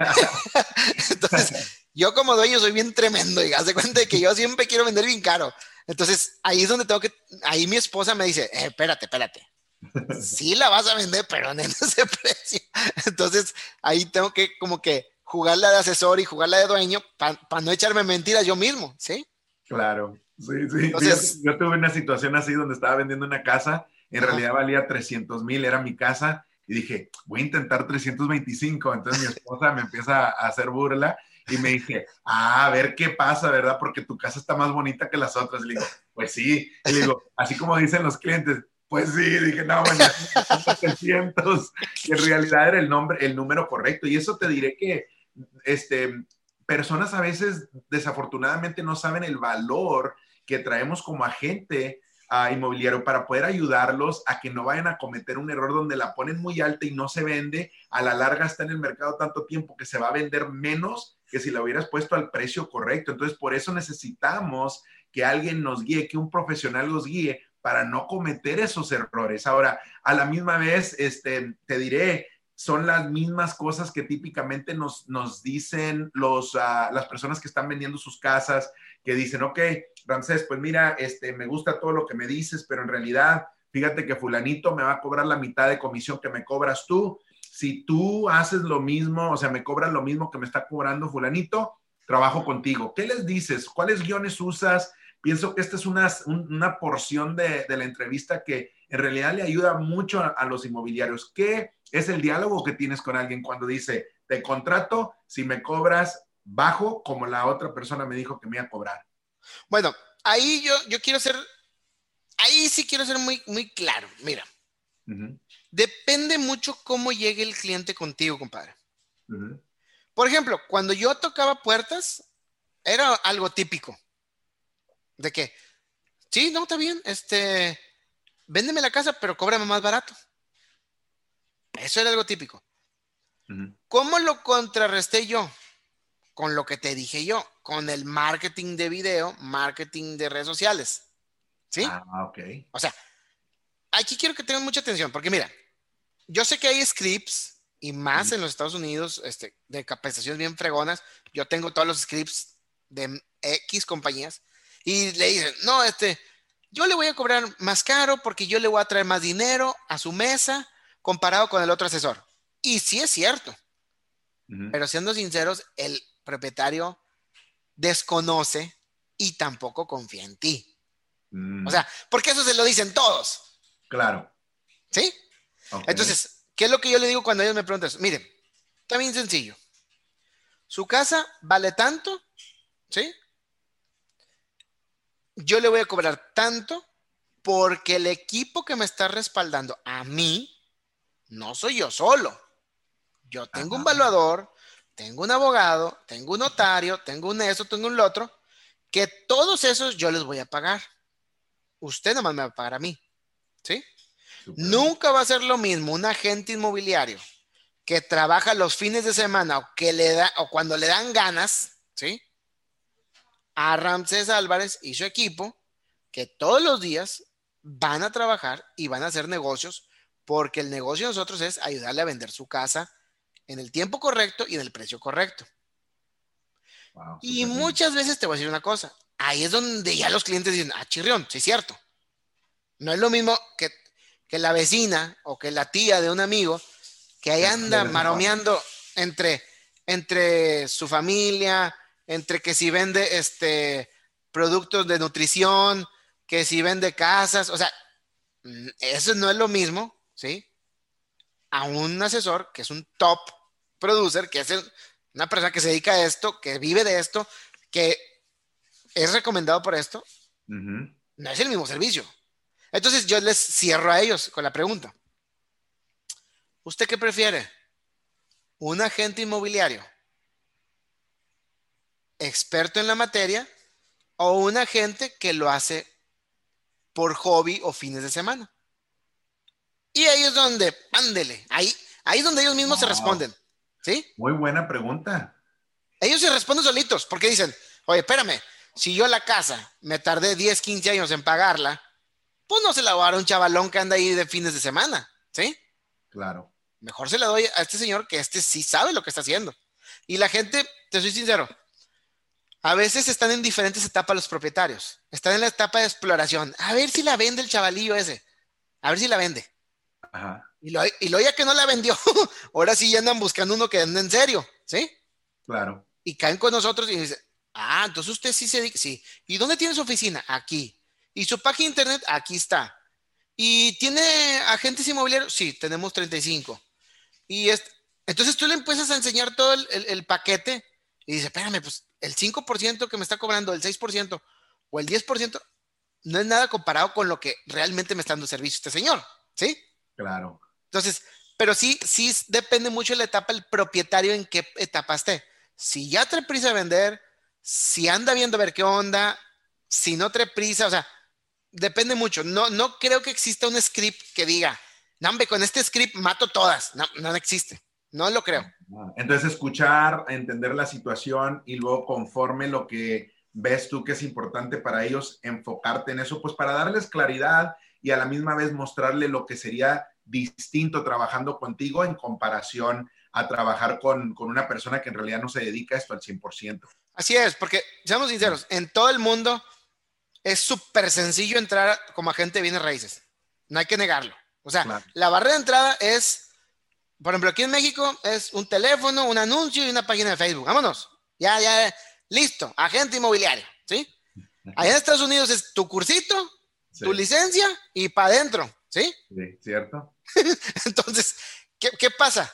B: Entonces, yo como dueño soy bien tremendo y haz de cuenta de que yo siempre quiero vender bien caro. Entonces, ahí es donde tengo que, ahí mi esposa me dice, eh, espérate, espérate. Sí la vas a vender, pero no en ese precio. Entonces, ahí tengo que como que jugarla de asesor y jugarla de dueño para pa no echarme mentiras yo mismo, ¿sí?
A: Claro, sí, sí. Fíjate,
B: Entonces,
A: yo tuve una situación así donde estaba vendiendo una casa, en
B: ajá.
A: realidad valía trescientos mil, era mi casa, y dije, voy a intentar trescientos veinticinco. Entonces mi esposa me empieza a hacer burla y me dice, ah, a ver qué pasa, ¿verdad? Porque tu casa está más bonita que las otras. Y le digo, pues sí. Y le digo, así como dicen los clientes, pues sí. Dije, no, bueno, trescientos. Y en realidad era el, nombre, el número correcto. Y eso te diré que, este, personas a veces desafortunadamente no saben el valor que traemos como agente uh, inmobiliario para poder ayudarlos a que no vayan a cometer un error donde la ponen muy alta y no se vende. A la larga está en el mercado tanto tiempo que se va a vender menos que si la hubieras puesto al precio correcto. Entonces, por eso necesitamos que alguien nos guíe, que un profesional los guíe para no cometer esos errores. Ahora, a la misma vez, este, te diré, son las mismas cosas que típicamente nos, nos dicen los, uh, las personas que están vendiendo sus casas, que dicen, ok, Ramsés, pues mira, este, me gusta todo lo que me dices, pero en realidad, fíjate que fulanito me va a cobrar la mitad de comisión que me cobras tú. Si tú haces lo mismo, o sea, me cobras lo mismo que me está cobrando fulanito, trabajo contigo. ¿Qué les dices? ¿Cuáles guiones usas? Pienso que esta es una, una porción de, de la entrevista que en realidad le ayuda mucho a, a los inmobiliarios. ¿Qué es el diálogo que tienes con alguien cuando dice, te contrato si me cobras bajo como la otra persona me dijo que me iba a cobrar?
B: Bueno, ahí yo, yo quiero ser, ahí sí quiero ser muy, muy claro. Mira, uh-huh. Depende mucho cómo llegue el cliente contigo, compadre. Uh-huh. Por ejemplo, cuando yo tocaba puertas, era algo típico. De que, sí, no, está bien, este, véndeme la casa, pero cóbrame más barato. Eso era algo típico. Uh-huh. ¿Cómo lo contrarresté yo? Con lo que te dije yo, con el marketing de video, marketing de redes sociales. ¿Sí?
A: Ah, ok.
B: O sea, aquí quiero que tengan mucha atención, porque mira, yo sé que hay scripts y más en los Estados Unidos este, de capacitaciones bien fregonas. Yo tengo todos los scripts de X compañías y le dicen, no, este, yo le voy a cobrar más caro porque yo le voy a traer más dinero a su mesa comparado con el otro asesor. Y sí es cierto,
A: Uh-huh.
B: pero siendo sinceros, el propietario desconoce y tampoco confía en ti.
A: Mm.
B: O sea, porque eso se lo dicen todos,
A: Claro.
B: ¿sí?
A: Okay.
B: Entonces, ¿qué es lo que yo le digo cuando ellos me preguntan eso? Miren, está bien sencillo. Su casa vale tanto, ¿sí? Yo le voy a cobrar tanto porque el equipo que me está respaldando a mí no soy yo solo. Yo tengo
A: Ajá.
B: un valuador, tengo un abogado, tengo un notario, tengo un eso, tengo un lo otro, que todos esos yo les voy a pagar. Usted nomás me va a pagar a mí, ¿sí?
A: Súper.
B: Nunca va a ser lo mismo un agente inmobiliario que trabaja los fines de semana o que le da o cuando le dan ganas, ¿sí? A Ramsés Álvarez y su equipo que todos los días van a trabajar y van a hacer negocios porque el negocio de nosotros es ayudarle a vender su casa en el tiempo correcto y en el precio correcto.
A: Wow,
B: Y
A: súper bien.
B: muchas veces te voy a decir una cosa, ahí es donde ya los clientes dicen, ah, chirrión, sí es cierto. No es lo mismo que, que la vecina o que la tía de un amigo que ahí anda maromeando entre, entre su familia, entre que si vende este, productos de nutrición, que si vende casas, o sea, eso no es lo mismo, ¿sí? A un asesor que es un top producer, que es una persona que se dedica a esto, que vive de esto, que es recomendado por esto,
A: uh-huh.
B: No es el mismo servicio. Entonces yo les cierro a ellos con la pregunta. ¿Usted qué prefiere? ¿Un agente inmobiliario experto en la materia o un agente que lo hace por hobby o fines de semana? Y ahí es donde, ándele, ahí, ahí es donde ellos mismos
A: Wow.
B: se responden, ¿sí?
A: Muy buena pregunta.
B: Ellos se responden solitos porque dicen, oye, espérame, si yo la casa me tardé diez, quince años en pagarla, pues no se la voy a dar a un chavalón que anda ahí de fines de semana, ¿sí?
A: Claro.
B: Mejor se la doy a este señor que este sí sabe lo que está haciendo. Y la gente, te soy sincero, a veces están en diferentes etapas los propietarios. Están en la etapa de exploración. A ver si la vende el chavalillo ese. A ver si la vende.
A: Ajá.
B: Y lo, y lo ya que no la vendió, ahora sí ya andan buscando uno que ande en serio, ¿sí?
A: Claro.
B: Y caen con nosotros y dicen, ah, entonces usted sí se dedica, sí. ¿Y dónde tiene su oficina? Aquí. ¿Y su página de internet? Aquí está. ¿Y tiene agentes inmobiliarios? Sí, tenemos treinta y cinco. Y es, entonces tú le empiezas a enseñar todo el, el, el paquete y dice, espérame, pues el cinco por ciento que me está cobrando, el seis por ciento o el diez por ciento no es nada comparado con lo que realmente me está dando servicio este señor, ¿sí?
A: Claro.
B: Entonces, pero sí, sí depende mucho de la etapa, el propietario en qué etapa esté. Si ya trae prisa de vender, si anda viendo a ver qué onda, si no trae prisa, o sea, depende mucho. No, no creo que exista un script que diga, no, hombre, con este script mato todas. No, no existe. No lo creo.
A: Entonces, escuchar, entender la situación y luego conforme lo que ves tú que es importante para ellos, enfocarte en eso, pues para darles claridad y a la misma vez mostrarle lo que sería distinto trabajando contigo en comparación a trabajar con, con una persona que en realidad no se dedica a esto al cien por ciento.
B: Así es, porque seamos sinceros, en todo el mundo es súper sencillo entrar como agente de bienes raíces. No hay que negarlo. O sea,
A: Claro.
B: la barrera de entrada es, por ejemplo, aquí en México es un teléfono, un anuncio y una página de Facebook. Vámonos. Ya, ya, listo. Agente inmobiliario, ¿sí? Allá en Estados Unidos es tu cursito, sí, tu licencia y para adentro, ¿sí?
A: Sí, ¿cierto?
B: Entonces, ¿qué, ¿qué pasa?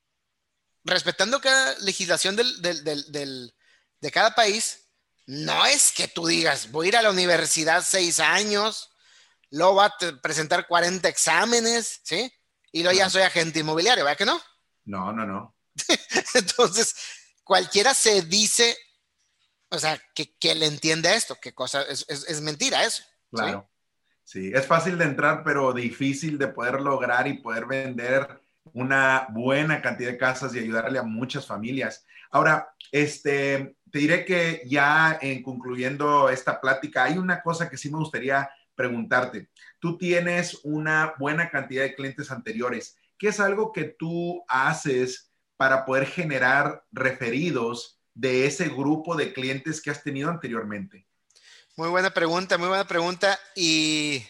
B: Respetando cada legislación del, del, del, del, de cada país, no es que tú digas, voy a ir a la universidad seis años, luego voy a presentar cuarenta exámenes, ¿sí? Y luego ya soy agente inmobiliario, ¿verdad que no?
A: No, no, no.
B: Entonces, cualquiera se dice, o sea, que, que le entiende esto, que cosa, es, es, es mentira eso.
A: Claro. ¿sí? sí, es fácil de entrar, pero difícil de poder lograr y poder vender una buena cantidad de casas y ayudarle a muchas familias. Ahora, este, te diré que ya en concluyendo esta plática, hay una cosa que sí me gustaría preguntarte. tú tienes una buena cantidad de clientes anteriores. ¿Qué es algo que tú haces para poder generar referidos de ese grupo de clientes que has tenido anteriormente?
B: Muy buena pregunta, muy buena pregunta. Y,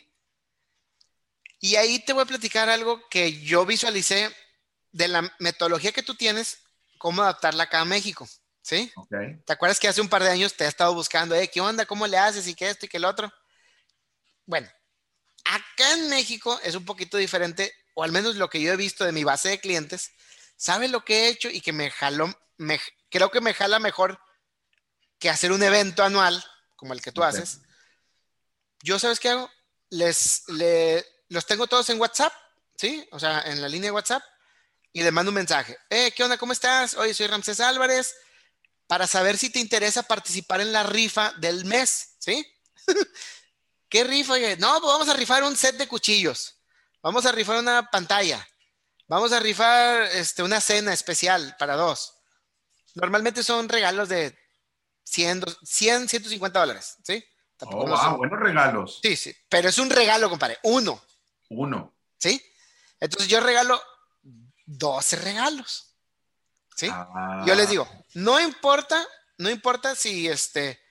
B: y ahí te voy a platicar algo que yo visualicé de la metodología que tú tienes, cómo adaptarla acá a México, ¿sí?
A: Okay.
B: ¿Te acuerdas que hace un par de años te he estado buscando, eh, qué onda, cómo le haces y qué esto y qué el otro? Bueno, acá en México es un poquito diferente, o al menos lo que yo he visto de mi base de clientes, ¿sabes lo que he hecho y que me jaló, me, creo que me jala mejor que hacer un evento anual como el que tú
A: Okay.
B: haces? Yo, ¿sabes qué hago? Les, le, los tengo todos en WhatsApp, ¿sí? O sea, en la línea de WhatsApp y les mando un mensaje. Eh, ¿qué onda? ¿Cómo estás? Oye, soy Ramsés Álvarez, para saber si te interesa participar en la rifa del mes, ¿sí? ¿Qué rifa? Oye, no, pues vamos a rifar un set de cuchillos. Vamos a rifar una pantalla. Vamos a rifar este, una cena especial para dos. Normalmente son regalos de cien, cien, ciento cincuenta dólares, ¿sí? Tampoco
A: Oh,
B: no
A: wow,
B: son...
A: buenos regalos.
B: Sí, sí, pero es un regalo, compadre. Uno,
A: Uno.
B: ¿sí? Entonces yo regalo doce regalos, ¿sí? Yo les
A: Ah,
B: digo, no importa, no importa si este,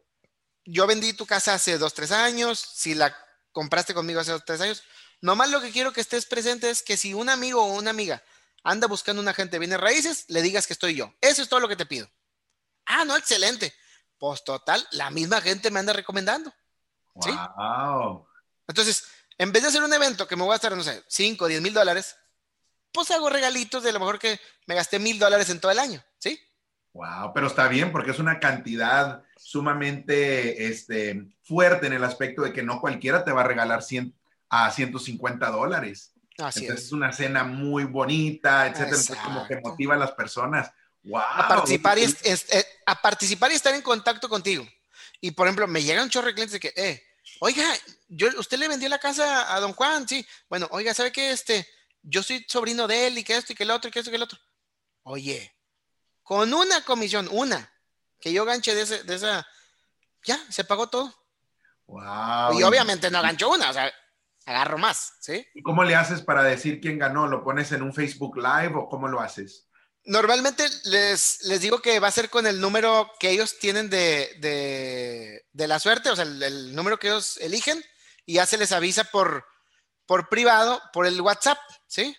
B: yo vendí tu casa hace dos, tres años, si la compraste conmigo hace dos, tres años, nomás lo que quiero que estés presente es que si un amigo o una amiga anda buscando un agente de bienes raíces, le digas que estoy yo. Eso es todo lo que te pido. Ah, no, excelente. Pues total, la misma gente me anda recomendando, ¿sí?
A: wow.
B: Entonces, en vez de hacer un evento que me voy a estar, no sé, cinco, diez mil dólares, pues hago regalitos de lo mejor que me gasté mil dólares en todo el año, ¿sí?
A: Wow, pero está bien porque es una cantidad sumamente este, fuerte en el aspecto de que no cualquiera te va a regalar cien a ciento cincuenta dólares.
B: Así
A: Entonces es
B: es.
A: una cena muy bonita, etcétera. Entonces como que
B: Exacto.
A: motiva a las personas.
B: A
A: Wow.
B: participar y, es, es, eh, a participar y estar en contacto contigo. Y por ejemplo, me llegan un chorro de clientes de que, eh, oiga, yo, usted le vendió la casa a don Juan, sí. Bueno, oiga, ¿sabe qué? Este, yo soy sobrino de él y que esto y que el otro y que esto y que el otro. Oye, con una comisión, una, que yo ganche de, ese, de esa, ya, se pagó todo.
A: Wow.
B: Y
A: ¿Y,
B: obviamente no gancho una, o sea, agarro más, ¿sí?
A: y cómo le haces para decir quién ganó? ¿Lo pones en un Facebook Live o cómo lo haces?
B: Normalmente les, les digo que va a ser con el número que ellos tienen de, de, de la suerte, o sea, el, el, número que ellos eligen, y ya se les avisa por, por privado, por el WhatsApp, ¿sí?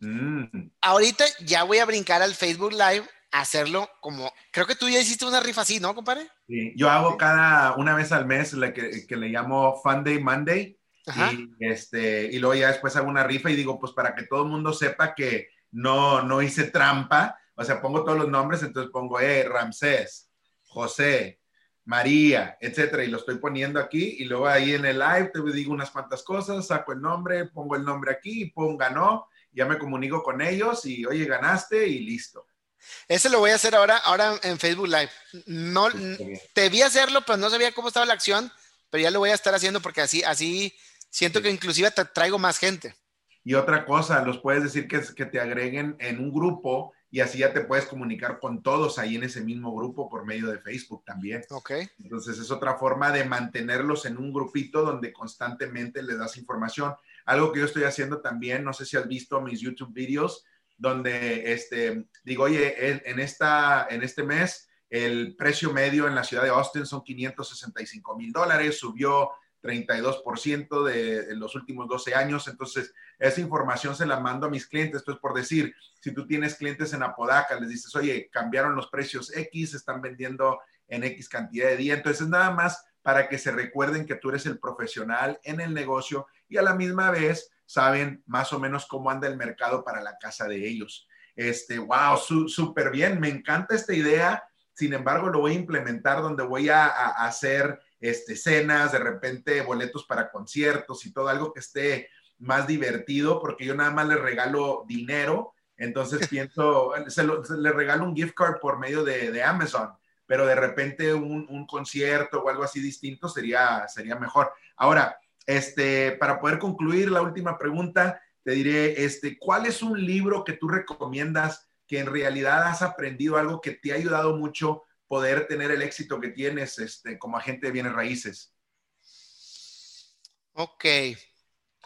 A: Mm.
B: Ahorita ya voy a brincar al Facebook Live a hacerlo como, creo que tú ya hiciste una rifa así, ¿no, compadre?
A: Sí, yo hago
B: Sí.
A: cada una vez al mes la que, que le llamo Fun Day Monday
B: Ajá.
A: y, este, y luego ya después hago una rifa y digo, pues para que todo el mundo sepa que no, no hice trampa, o sea, pongo todos los nombres, entonces pongo, eh, Ramsés, José, María, etcétera, y lo estoy poniendo aquí y luego ahí en el live te digo unas cuantas cosas, saco el nombre, pongo el nombre aquí y pongo ganó, ya me comunico con ellos y oye, ganaste y listo.
B: Ese lo voy a hacer ahora, ahora en Facebook Live. No, debía hacerlo, pero no sabía cómo estaba la acción, pero ya lo voy a estar haciendo porque así, así siento que
A: Sí.
B: inclusive te traigo más gente.
A: Y otra cosa, los puedes decir que, que te agreguen en un grupo y así ya te puedes comunicar con todos ahí en ese mismo grupo por medio de Facebook también.
B: Ok.
A: Entonces es otra forma de mantenerlos en un grupito donde constantemente les das información. Algo que yo estoy haciendo también, no sé si has visto mis YouTube videos, donde este, digo, oye, en, en, esta, en este mes el precio medio en la ciudad de Austin son quinientos sesenta y cinco mil dólares, subió treinta y dos por ciento de, de los últimos doce años. Entonces, esa información se la mando a mis clientes. Entonces, por decir, si tú tienes clientes en Apodaca, les dices, oye, cambiaron los precios X, están vendiendo en X cantidad de día. Entonces, nada más para que se recuerden que tú eres el profesional en el negocio y a la misma vez saben más o menos cómo anda el mercado para la casa de ellos. Este, wow, súper bien. Me encanta esta idea. Sin embargo, lo voy a implementar donde voy a, a hacer este, cenas, de repente boletos para conciertos y todo, algo que esté más divertido, porque yo nada más le regalo dinero, entonces pienso, se, lo, se le regalo un gift card por medio de, de Amazon, pero de repente un, un, concierto o algo así distinto sería, sería mejor. Ahora, este, para poder concluir la última pregunta, te diré, este, ¿cuál es un libro que tú recomiendas que en realidad has aprendido algo que te ha ayudado mucho poder tener el éxito que tienes este, como agente de bienes raíces?
B: Ok.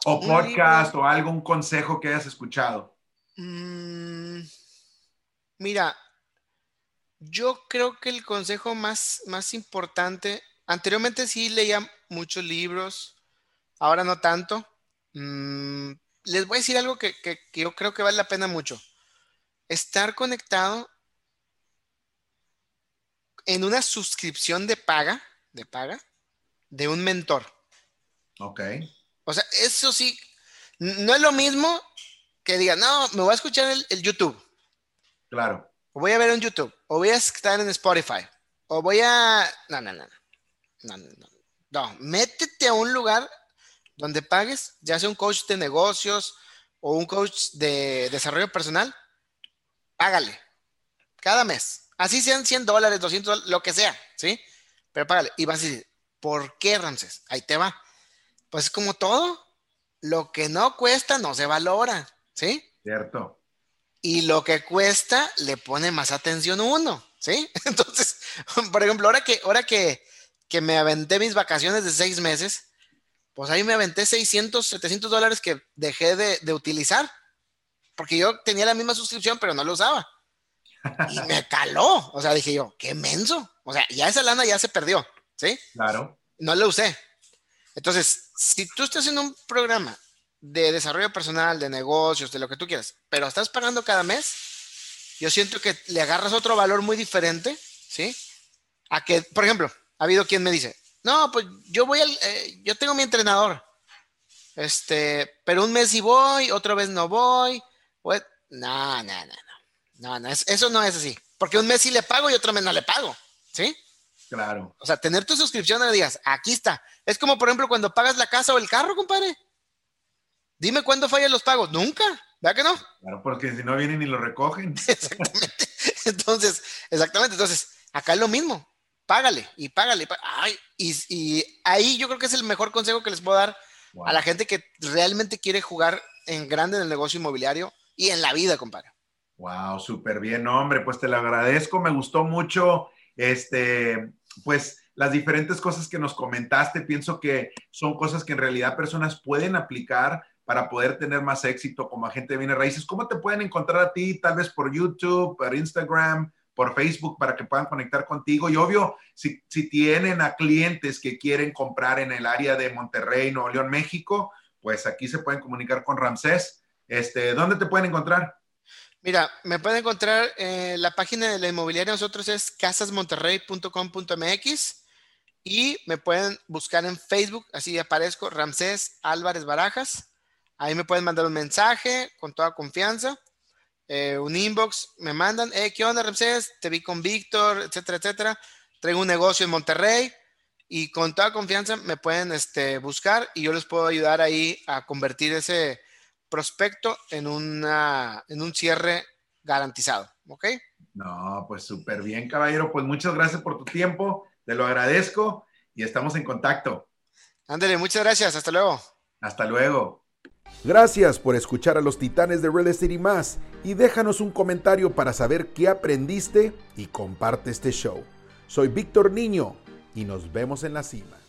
A: O podcast o algo, un consejo que hayas escuchado.
B: Mm, mira, yo creo que el consejo más, más importante, anteriormente sí leía muchos libros, ahora no tanto. Mm, les voy a decir algo que, que, que yo creo que vale la pena mucho. Estar conectado en una suscripción de paga, de paga, de un mentor.
A: Ok.
B: O sea, eso sí, no es lo mismo que diga, no, me voy a escuchar el, el YouTube,
A: Claro.
B: o voy a ver en YouTube, o voy a estar en Spotify, o voy a... No, no, no, no, no, no, no, métete a un lugar donde pagues, ya sea un coach de negocios o un coach de desarrollo personal, págale, cada mes. Así sean cien dólares, doscientos dólares, lo que sea, ¿sí? Pero págale. Y vas a decir, ¿por qué, Ramses? Ahí te va. Pues como todo, lo que no cuesta no se valora, ¿sí?
A: Cierto.
B: Y lo que cuesta le pone más atención uno, ¿sí? Entonces, por ejemplo, ahora que, ahora que, que me aventé mis vacaciones de seis meses, pues ahí me aventé seiscientos, setecientos dólares que dejé de, de utilizar, porque yo tenía la misma suscripción, pero no la usaba. Y me caló, o sea, dije yo, qué menso, o sea, ya esa lana ya se perdió, ¿sí?
A: Claro.
B: No la usé. Entonces, si tú estás en un programa de desarrollo personal, de negocios, de lo que tú quieras, pero estás pagando cada mes, yo siento que le agarras otro valor muy diferente, ¿sí? A que, por ejemplo, ha habido quien me dice, no, pues yo voy al, eh, yo tengo mi entrenador, este, pero un mes sí voy, otra vez no voy, pues, no, no, no, no, no, no, eso no es así, porque un mes sí le pago y otro mes no le pago, ¿sí?
A: Claro.
B: O sea, tener tu suscripción y digas, aquí está. Es como, por ejemplo, cuando pagas la casa o el carro, compadre. Dime cuándo fallan los pagos. Nunca. ¿Verdad que no?
A: Claro, porque si no vienen y lo recogen.
B: Exactamente. Entonces, exactamente. Entonces, acá es lo mismo. Págale y págale. Ay, y, y ahí yo creo que es el mejor consejo que les puedo dar wow. a la gente que realmente quiere jugar en grande en el negocio inmobiliario y en la vida, compadre.
A: Wow, súper bien, no, hombre, pues te lo agradezco. Me gustó mucho, este, pues las diferentes cosas que nos comentaste. Pienso que son cosas que en realidad personas pueden aplicar para poder tener más éxito como agente de bienes raíces. ¿Cómo te pueden encontrar a ti? Tal vez por YouTube, por Instagram, por Facebook, para que puedan conectar contigo. Y obvio, si, si tienen a clientes que quieren comprar en el área de Monterrey, Nuevo León, México, pues aquí se pueden comunicar con Ramsés. Este, ¿dónde te pueden encontrar?
B: Mira, me pueden encontrar en la página de la inmobiliaria. Nosotros es casas monterrey punto com punto m x y me pueden buscar en Facebook, así aparezco, Ramsés Álvarez Barajas. Ahí me pueden mandar un mensaje con toda confianza, eh, un inbox, me mandan, eh, ¿qué onda, Ramsés? Te vi con Víctor, etcétera, etcétera. Traigo un negocio en Monterrey y con toda confianza me pueden este, buscar y yo les puedo ayudar ahí a convertir ese prospecto en, una, en un cierre garantizado, ¿ok?
A: No, pues súper bien, caballero. Pues muchas gracias por tu tiempo, te lo agradezco y estamos en contacto.
B: Ándale, muchas gracias, hasta luego.
A: Hasta luego.
C: Gracias por escuchar a los Titanes de Real Estate y más, y déjanos un comentario para saber qué aprendiste y comparte este show. Soy Víctor Niño y nos vemos en la cima.